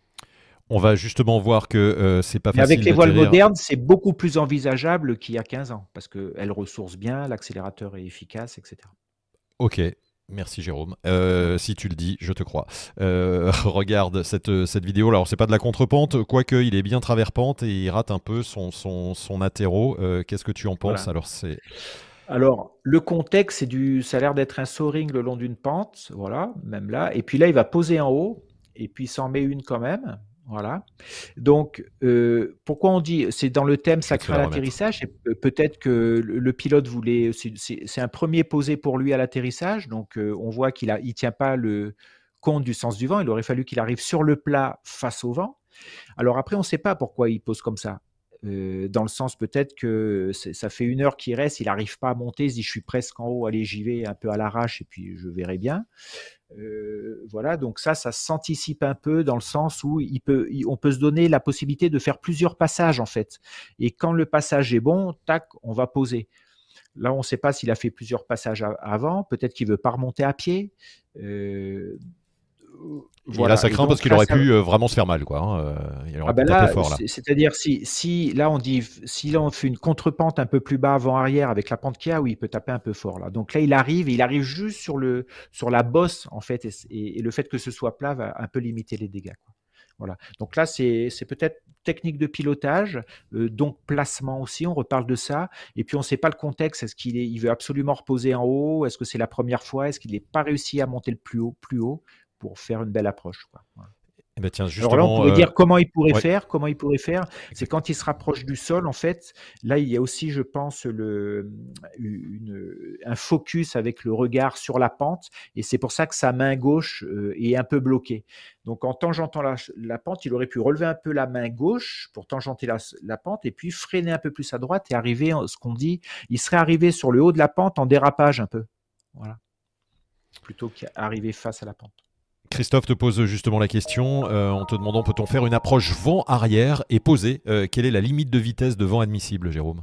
On va justement voir que euh, c'est pas Mais facile avec les voiles d'atterrir. modernes, c'est beaucoup plus envisageable qu'il y a quinze ans, parce qu'elles ressourcent bien, l'accélérateur est efficace, et cetera. Ok. Merci Jérôme. Euh, si tu le dis, je te crois. Euh, regarde cette, cette vidéo. Alors, c'est pas de la contre-pente, quoique il est bien travers pente et il rate un peu son, son, son attéro. Euh, qu'est-ce que tu en penses? Voilà. Alors, c'est... Alors, le contexte, c'est du, ça a l'air d'être un soaring le long d'une pente, voilà, même là. Et puis là, il va poser en haut, et puis il s'en met une quand même. Voilà. Donc, euh, pourquoi on dit, c'est dans le thème ça craint l'atterrissage, et peut-être que le, le pilote voulait, c'est, c'est, c'est un premier posé pour lui à l'atterrissage, donc euh, on voit qu'il a, il tient pas le compte du sens du vent, il aurait fallu qu'il arrive sur le plat face au vent. Alors après, on ne sait pas pourquoi il pose comme ça. Euh, dans le sens peut-être que ça fait une heure qu'il reste, il n'arrive pas à monter, il se dit je suis presque en haut, allez j'y vais un peu à l'arrache et puis je verrai bien. Euh, voilà, donc ça, ça s'anticipe un peu dans le sens où il peut, il, on peut se donner la possibilité de faire plusieurs passages en fait. Et quand le passage est bon, tac, on va poser. Là, on ne sait pas s'il a fait plusieurs passages a- avant. Peut-être qu'il veut pas remonter à pied. Euh, Et là, voilà. ça Et craint parce donc qu'il là, aurait ça, pu euh, vraiment se faire mal, quoi. Hein. Euh, il ah aurait pu ben taper là, fort, là. c'est- c'est-à-dire si, si là on dit si là on fait une contrepente un peu plus bas avant-arrière avec la pente qu'il y a, oui, il peut taper un peu fort là. Donc là il arrive, et il arrive juste sur le sur la bosse en fait, et, et- et le fait que ce soit plat va un peu limiter les dégâts, quoi. Voilà. Donc là c'est c'est peut-être technique de pilotage, euh, donc placement aussi, on reparle de ça. Et puis on ne sait pas le contexte. Est-ce qu'il est, il veut absolument reposer en haut? Est-ce que c'est la première fois? Est-ce qu'il n'est pas réussi à monter le plus haut, plus haut pour faire une belle approche, quoi. Voilà. Eh ben, tiens, Alors là, on justement, pourrait euh, dire comment il pourrait ouais, faire. Comment il pourrait faire, c'est exact. quand il se rapproche du sol, en fait. Là, il y a aussi, je pense, le, une, un focus avec le regard sur la pente, et c'est pour ça que sa main gauche euh, est un peu bloquée. Donc, en tangentant la, la pente, il aurait pu relever un peu la main gauche pour tangenter la, la pente, et puis freiner un peu plus à droite et arriver, ce qu'on dit, il serait arrivé sur le haut de la pente en dérapage un peu. Voilà. Plutôt qu'arriver face à la pente. Christophe te pose justement la question euh, en te demandant peut-on faire une approche vent arrière et poser euh, quelle est la limite de vitesse de vent admissible, Jérôme?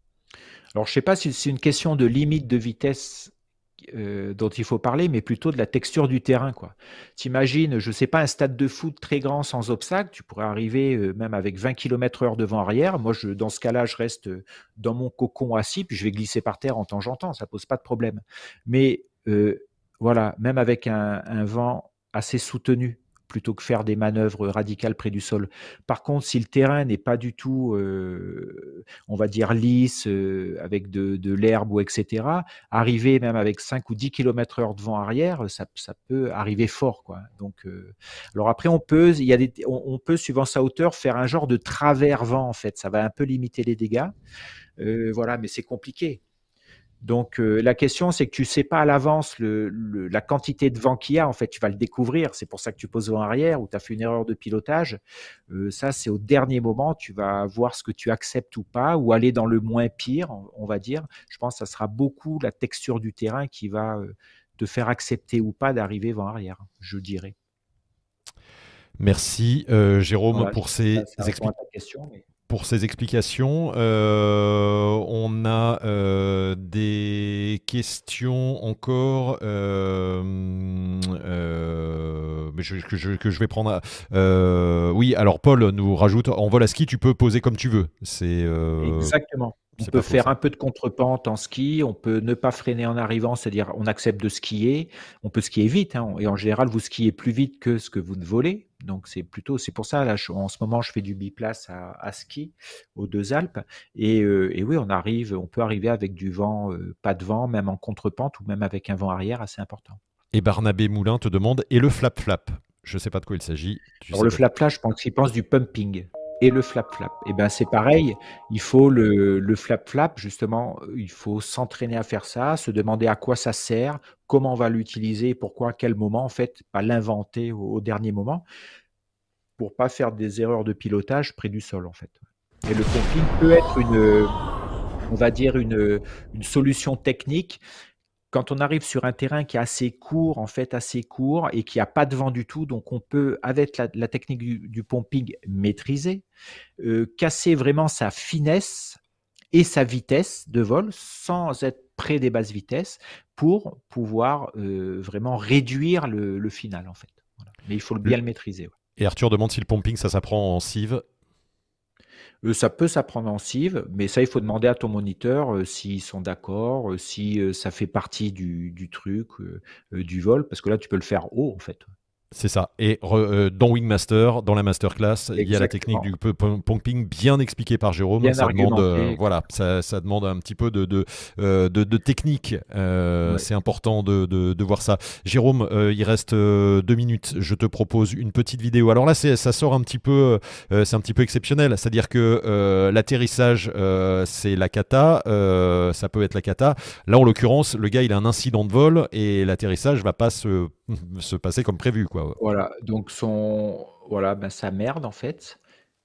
Alors, je ne sais pas si c'est une question de limite de vitesse euh, dont il faut parler, mais plutôt de la texture du terrain, quoi. T'imagines, je ne sais pas, un stade de foot très grand sans obstacle, tu pourrais arriver euh, même avec vingt kilomètres heure de vent arrière. Moi, je, dans ce cas-là, je reste dans mon cocon assis, puis je vais glisser par terre en tangentant, ça ne pose pas de problème. Mais euh, voilà, même avec un, un vent assez soutenu, plutôt que faire des manœuvres radicales près du sol. Par contre, si le terrain n'est pas du tout, euh, on va dire, lisse, euh, avec de, de l'herbe ou et cetera, arriver même avec cinq ou dix kilomètres heure de vent arrière, ça, ça peut arriver fort, quoi. Donc, euh, alors après, on peut, il y a des, on, on peut, suivant sa hauteur, faire un genre de travers vent, en fait. Ça va un peu limiter les dégâts. Euh, voilà, mais c'est compliqué. Donc euh, la question, c'est que tu sais pas à l'avance le, le, la quantité de vent qu'il y a. En fait, tu vas le découvrir. C'est pour ça que tu poses vent arrière ou tu as fait une erreur de pilotage. Euh, ça, c'est au dernier moment. Tu vas voir ce que tu acceptes ou pas, ou aller dans le moins pire, on, on va dire. Je pense que ça sera beaucoup la texture du terrain qui va euh, te faire accepter ou pas d'arriver vent arrière, je dirais. Merci euh, Jérôme Voilà, pour je sais pas ces si ça répond à explications. ta question. Mais... Pour ces explications. Euh, on a euh, des questions encore euh, euh, mais je, que, je, que je vais prendre. Euh, oui, alors Paul nous rajoute en vol à ski, tu peux poser comme tu veux. C'est euh, Exactement. On c'est peut pas faux faire ça. un peu de contrepente en ski, on peut ne pas freiner en arrivant, c'est-à-dire on accepte de skier, on peut skier vite, hein, et en général vous skiez plus vite que ce que vous ne volez, donc c'est plutôt, c'est pour ça là, je- en ce moment je fais du biplace à, à ski aux Deux Alpes, et, euh, et oui on arrive, on peut arriver avec du vent, euh, pas de vent, même en contrepente ou même avec un vent arrière assez important. Et Barnabé Moulin te demande et le flap flap. Je sais pas de quoi il s'agit. Tu Alors sais le peut-être. flap-flap, je pense qu'il pense du pumping et le flap-flap. Et ben c'est pareil, il faut le, le flap-flap, justement, il faut s'entraîner à faire ça, se demander à quoi ça sert, comment on va l'utiliser, pourquoi, à quel moment, en fait, pas l'inventer au, au dernier moment, pour pas faire des erreurs de pilotage près du sol, en fait. Et le pumping peut être une, on va dire, une, une solution technique quand on arrive sur un terrain qui est assez court, en fait, assez court, et qui a pas de vent du tout, donc on peut, avec la, la technique du, du pumping maîtrisée, euh, casser vraiment sa finesse et sa vitesse de vol sans être près des basses vitesses pour pouvoir euh, vraiment réduire le, le final, en fait. Voilà. Mais il faut bien le maîtriser. Ouais. Et Arthur demande si le pumping ça s'apprend en cive. Euh, ça peut s'apprendre en cive, mais ça, il faut demander à ton moniteur euh, s'ils sont d'accord, euh, si euh, ça fait partie du, du truc, euh, euh, du vol, parce que là, tu peux le faire haut, en fait. C'est ça. Et re- euh, dans Wingmaster, dans la masterclass, il y a la technique Exactement. du p- p- pumping bien expliquée par Jérôme. Bien Ça demande, euh, argumenté. voilà, ça, ça demande un petit peu de, de, euh, de, de technique. Euh, Ouais. c'est important de, de, de voir ça. Jérôme, euh, il reste euh, deux minutes. Je te propose une petite vidéo. Alors là, c'est, ça sort un petit peu, euh, c'est un petit peu exceptionnel. C'est-à-dire que euh, l'atterrissage, euh, c'est la cata. Euh, ça peut être la cata. Là, en l'occurrence, le gars, il a un incident de vol et l'atterrissage va pas se, se passer comme prévu, quoi. Voilà, donc son voilà, ben, sa merde en fait.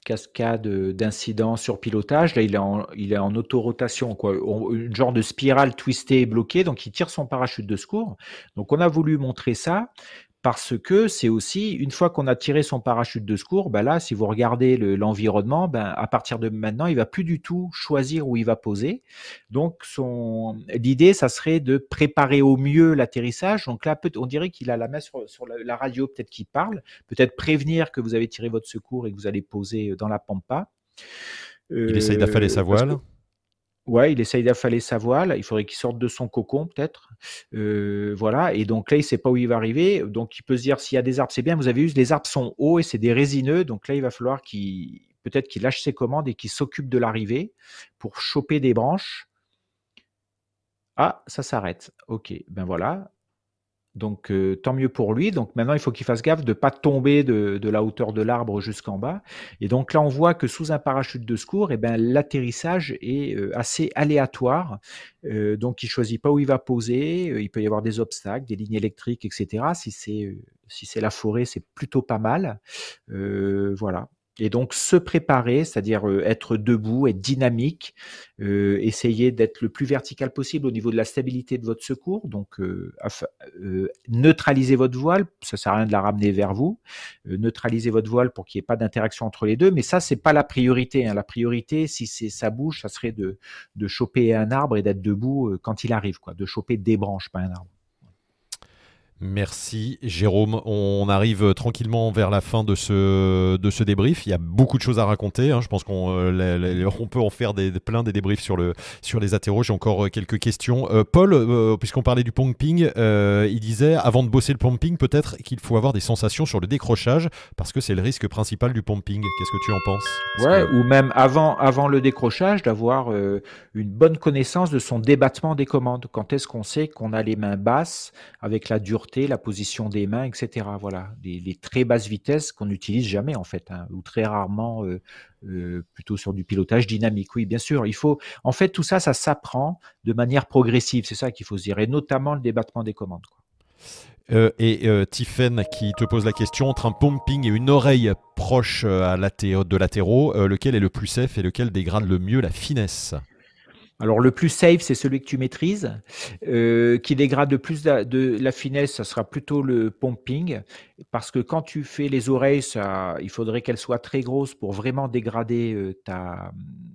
cascade d'incidents sur pilotage. Là, il est en, il est en autorotation, quoi. On, une genre de spirale twistée et bloquée, donc il tire son parachute de secours. Donc on a voulu montrer ça parce que c'est aussi, une fois qu'on a tiré son parachute de secours, ben là, si vous regardez le, l'environnement, ben à partir de maintenant, il va plus du tout choisir où il va poser. Donc son, l'idée, ça serait de préparer au mieux l'atterrissage. Donc là, peut, on dirait qu'il a la main sur, sur la, la radio, peut-être qu'il parle, peut-être prévenir que vous avez tiré votre secours et que vous allez poser dans la pampa. Euh, il essaye d'affaler sa voile. Ouais, il essaye d'affaler sa voile. Il faudrait qu'il sorte de son cocon, peut-être. Euh, voilà. Et donc là, il ne sait pas où il va arriver. Donc, il peut se dire, s'il y a des arbres, c'est bien. Vous avez vu, les arbres sont hauts et c'est des résineux. Donc là, il va falloir qu'il, peut-être qu'il lâche ses commandes et qu'il s'occupe de l'arrivée pour choper des branches. Ah, ça s'arrête. OK. Ben voilà. Donc, euh, tant mieux pour lui. Donc, maintenant, il faut qu'il fasse gaffe de ne pas tomber de, de la hauteur de l'arbre jusqu'en bas. Et donc, là, on voit que sous un parachute de secours, eh ben, l'atterrissage est euh, assez aléatoire. Euh, donc, il ne choisit pas où il va poser. Euh, il peut y avoir des obstacles, des lignes électriques, et cetera. Si c'est, euh, si c'est la forêt, c'est plutôt pas mal. Euh, voilà. Et donc, se préparer, c'est-à-dire euh, être debout, être dynamique, euh, essayer d'être le plus vertical possible au niveau de la stabilité de votre secours. Donc, euh, aff- euh, neutraliser votre voile, ça sert à rien de la ramener vers vous. Euh, neutraliser votre voile pour qu'il n'y ait pas d'interaction entre les deux. Mais ça, c'est pas la priorité, hein. La priorité, si c'est ça bouge, ça serait de, de choper un arbre et d'être debout euh, quand il arrive, quoi. De choper des branches, pas un arbre. Merci Jérôme. On arrive tranquillement vers la fin de ce, de ce débrief. Il y a beaucoup de choses à raconter. Hein. Je pense qu'on euh, les, les, on peut en faire des, plein des débriefs sur, le, sur les atterros. J'ai encore quelques questions. Euh, Paul, euh, puisqu'on parlait du pumping, euh, il disait, avant de bosser le pumping, peut-être qu'il faut avoir des sensations sur le décrochage parce que c'est le risque principal du pumping. Qu'est-ce que tu en penses? Est-ce Ouais, que... ou même avant, avant le décrochage, d'avoir euh, une bonne connaissance de son débattement des commandes. Quand est-ce qu'on sait qu'on a les mains basses avec la dureté, la position des mains, et cetera. Voilà, les, les très basses vitesses qu'on n'utilise jamais en fait, hein, ou très rarement, euh, euh, plutôt sur du pilotage dynamique. Oui, bien sûr, il faut. En fait, tout ça, ça s'apprend de manière progressive. C'est ça qu'il faut se dire, et notamment le débattement des commandes, quoi. Euh, et euh, Tiffen qui te pose la question, entre un pumping et une oreille proche euh, à l'até- de l'attéro, euh, lequel est le plus safe et lequel dégrade le mieux la finesse? Alors le plus safe, c'est celui que tu maîtrises. Euh, qui dégrade le plus de, de la finesse, ça sera plutôt le pumping. Parce que quand tu fais les oreilles, ça, il faudrait qu'elles soient très grosses pour vraiment dégrader euh, ta,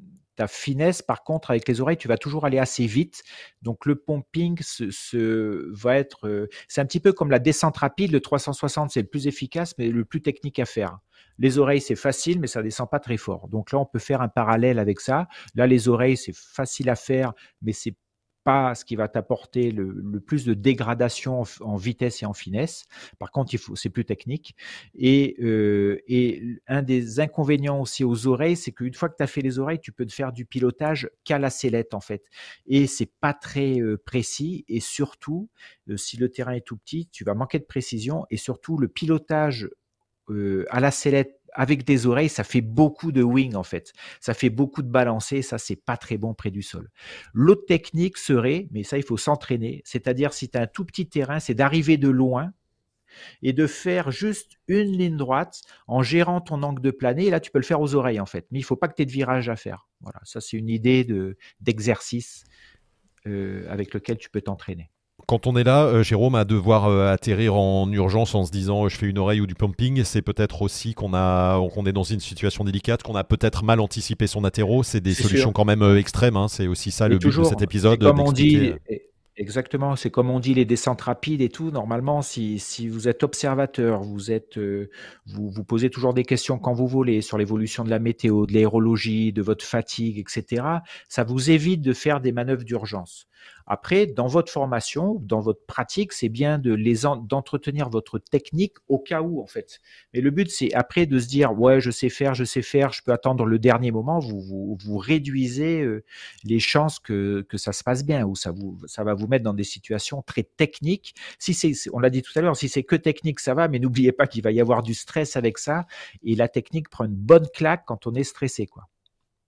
ta finesse. Par contre, avec les oreilles, tu vas toujours aller assez vite. Donc le pumping se, se- va être... euh, c'est un petit peu comme la descente rapide. Le trois cent soixante, c'est le plus efficace, mais le plus technique à faire. Les oreilles, c'est facile, mais ça descend pas très fort. Donc là, on peut faire un parallèle avec ça. Là, les oreilles, c'est facile à faire, mais c'est pas ce qui va t'apporter le, le plus de dégradation en, en vitesse et en finesse. Par contre, il faut, c'est plus technique. Et, euh, et un des inconvénients aussi aux oreilles, c'est qu'une fois que tu as fait les oreilles, tu peux te faire du pilotage qu'à la sellette, en fait. Et c'est pas très euh, précis. Et surtout, euh, si le terrain est tout petit, tu vas manquer de précision. Et surtout, le pilotage euh, à la sellette avec des oreilles, ça fait beaucoup de wing en fait. Ça fait beaucoup de balancer, ça c'est pas très bon près du sol. L'autre technique serait, mais ça il faut s'entraîner, c'est-à-dire si tu as un tout petit terrain, c'est d'arriver de loin et de faire juste une ligne droite en gérant ton angle de plané. Et là, tu peux le faire aux oreilles en fait, mais il faut pas que tu aies de virage à faire. Voilà, ça c'est une idée de, d'exercice euh, avec lequel tu peux t'entraîner. Quand on est là, euh, Jérôme, à devoir euh, atterrir en urgence en se disant euh, je fais une oreille ou du pumping, c'est peut-être aussi qu'on a, qu'on est dans une situation délicate, qu'on a peut-être mal anticipé son attéro. C'est des C'est solutions sûr. quand même euh, extrêmes. Hein. C'est aussi ça Et le but de cet toujours, c'est épisode, comme on d'expliquer. dit, exactement, c'est comme on dit les descentes rapides et tout. Normalement, si, si vous êtes observateur, vous êtes, euh, vous, vous posez toujours des questions quand vous voulez sur l'évolution de la météo, de l'aérologie, de votre fatigue, et cetera. Ça vous évite de faire des manœuvres d'urgence. Après, dans votre formation, dans votre pratique, c'est bien de les en- d'entretenir votre technique au cas où, en fait. Mais le but, c'est après de se dire, ouais, je sais faire, je sais faire, je peux attendre le dernier moment. Vous, vous, vous réduisez euh, les chances que, que ça se passe bien, ou ça, vous, ça va vous mettre dans des situations très techniques. Si c'est, on l'a dit tout à l'heure, si c'est que technique, ça va, mais n'oubliez pas qu'il va y avoir du stress avec ça, et la technique prend une bonne claque quand on est stressé, quoi. Il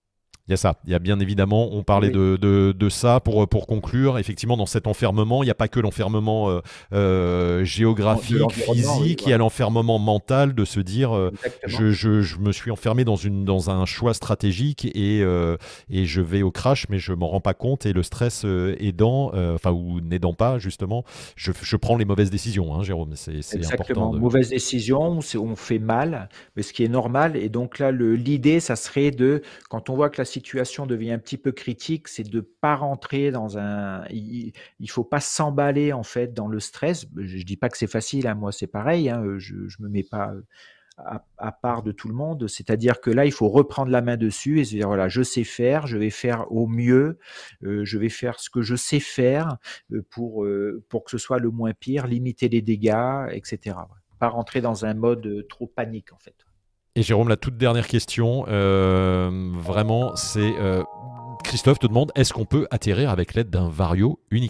Il y a ça, il y a bien évidemment, on parlait oui. de, de, de ça pour, pour conclure. Effectivement, dans cet enfermement, il n'y a pas que l'enfermement euh, euh, géographique, physique, oui, voilà. Il y a l'enfermement mental de se dire euh, je, je, je me suis enfermé dans, une, dans un choix stratégique et, euh, et je vais au crash, mais je ne m'en rends pas compte. Et le stress euh, aidant, euh, enfin, ou n'aidant pas, justement, je, je prends les mauvaises décisions, hein, Jérôme. C'est, c'est Exactement, important. De... Mauvaise décision, on fait mal, mais ce qui est normal. Et donc là, le, l'idée, ça serait de, quand on voit que la situation devient un petit peu critique, c'est de pas rentrer dans un, il, il faut pas s'emballer en fait dans le stress. Je, je dis pas que c'est facile, hein, moi c'est pareil, hein, je, je me mets pas à, à part de tout le monde. C'est-à-dire que là, il faut reprendre la main dessus et se dire voilà, je sais faire, je vais faire au mieux, euh, je vais faire ce que je sais faire pour euh, pour que ce soit le moins pire, limiter les dégâts, et cetera. Pas rentrer dans un mode trop panique en fait. Et Jérôme, la toute dernière question, euh, vraiment, c'est euh, Christophe te demande, est-ce qu'on peut atterrir avec l'aide d'un Vario uniquement ?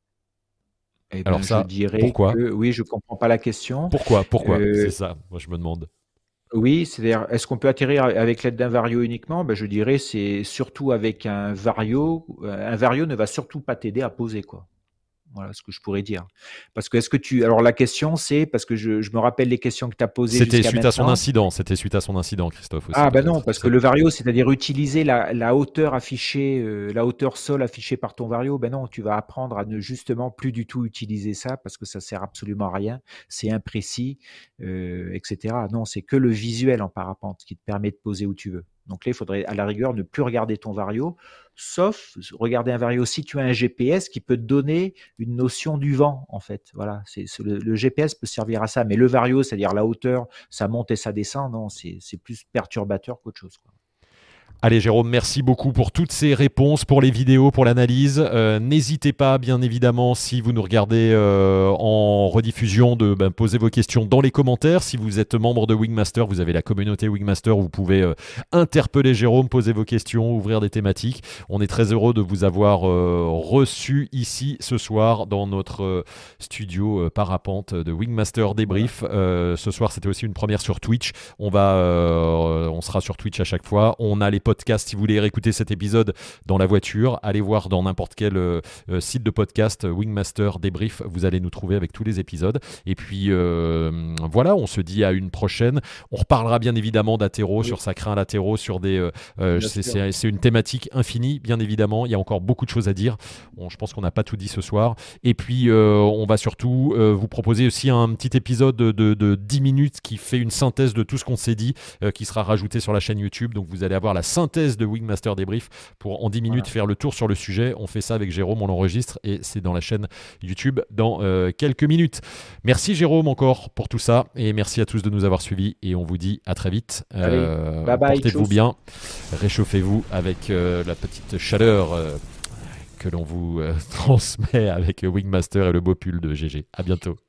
Eh ben, Alors ça, je dirais pourquoi que oui, je comprends pas la question. Pourquoi Pourquoi euh, C'est ça, moi je me demande. Oui, c'est-à-dire, est-ce qu'on peut atterrir avec l'aide d'un Vario uniquement ? Ben, je dirais, c'est surtout avec un Vario. Un Vario ne va surtout pas t'aider à poser, quoi. Voilà ce que je pourrais dire. Parce que est-ce que tu... Alors la question c'est, parce que je, je me rappelle les questions que tu as posées C'était jusqu'à suite maintenant. à son incident, c'était suite à son incident, Christophe. Aussi, ah ben non, parce que le Vario, c'est-à-dire utiliser la, la hauteur affichée, euh, la hauteur sol affichée par ton Vario, ben non, tu vas apprendre à ne justement plus du tout utiliser ça, parce que ça sert absolument à rien, c'est imprécis, euh, et cetera. Non, c'est que le visuel en parapente qui te permet de poser où tu veux. Donc là, il faudrait à la rigueur ne plus regarder ton Vario, sauf regarder un Vario si tu as un G P S qui peut te donner une notion du vent, en fait. Voilà, c'est, c'est le, le G P S peut servir à ça, mais le Vario, c'est-à-dire la hauteur, ça monte et ça descend, non, c'est, c'est plus perturbateur qu'autre chose, quoi. Allez Jérôme, merci beaucoup pour toutes ces réponses, pour les vidéos, pour l'analyse. Euh, n'hésitez pas, bien évidemment, si vous nous regardez euh, en rediffusion, de ben, poser vos questions dans les commentaires. Si vous êtes membre de Wingmaster, vous avez la communauté Wingmaster, vous pouvez euh, interpeller Jérôme, poser vos questions, ouvrir des thématiques. On est très heureux de vous avoir euh, reçu ici ce soir dans notre euh, studio euh, parapente de Wingmaster Débrief. Euh, ce soir, c'était aussi une première sur Twitch. On va, euh, on sera sur Twitch à chaque fois. On a les podcast, si vous voulez réécouter cet épisode dans la voiture, allez voir dans n'importe quel euh, site de podcast, Wingmaster Débrief, vous allez nous trouver avec tous les épisodes. Et puis euh, voilà, on se dit à une prochaine. On reparlera bien évidemment d'Atero, oui. sur Sacrin l'Atero, sur des. Euh, euh, c'est, c'est, c'est une thématique infinie, bien évidemment. Il y a encore beaucoup de choses à dire. Bon, je pense qu'on n'a pas tout dit ce soir. Et puis euh, on va surtout euh, vous proposer aussi un petit épisode de, de, de dix minutes qui fait une synthèse de tout ce qu'on s'est dit, euh, qui sera rajouté sur la chaîne YouTube. Donc vous allez avoir la synthèse de Wingmaster Débrief pour en dix minutes voilà. faire le tour sur le sujet. On fait ça avec Jérôme, on l'enregistre et c'est dans la chaîne YouTube dans euh, quelques minutes. Merci Jérôme encore pour tout ça et merci à tous de nous avoir suivis et on vous dit à très vite. Euh, bye bye, portez-vous bien, réchauffez-vous avec euh, la petite chaleur euh, que l'on vous euh, transmet avec Wingmaster et le beau pull de G G. À bientôt.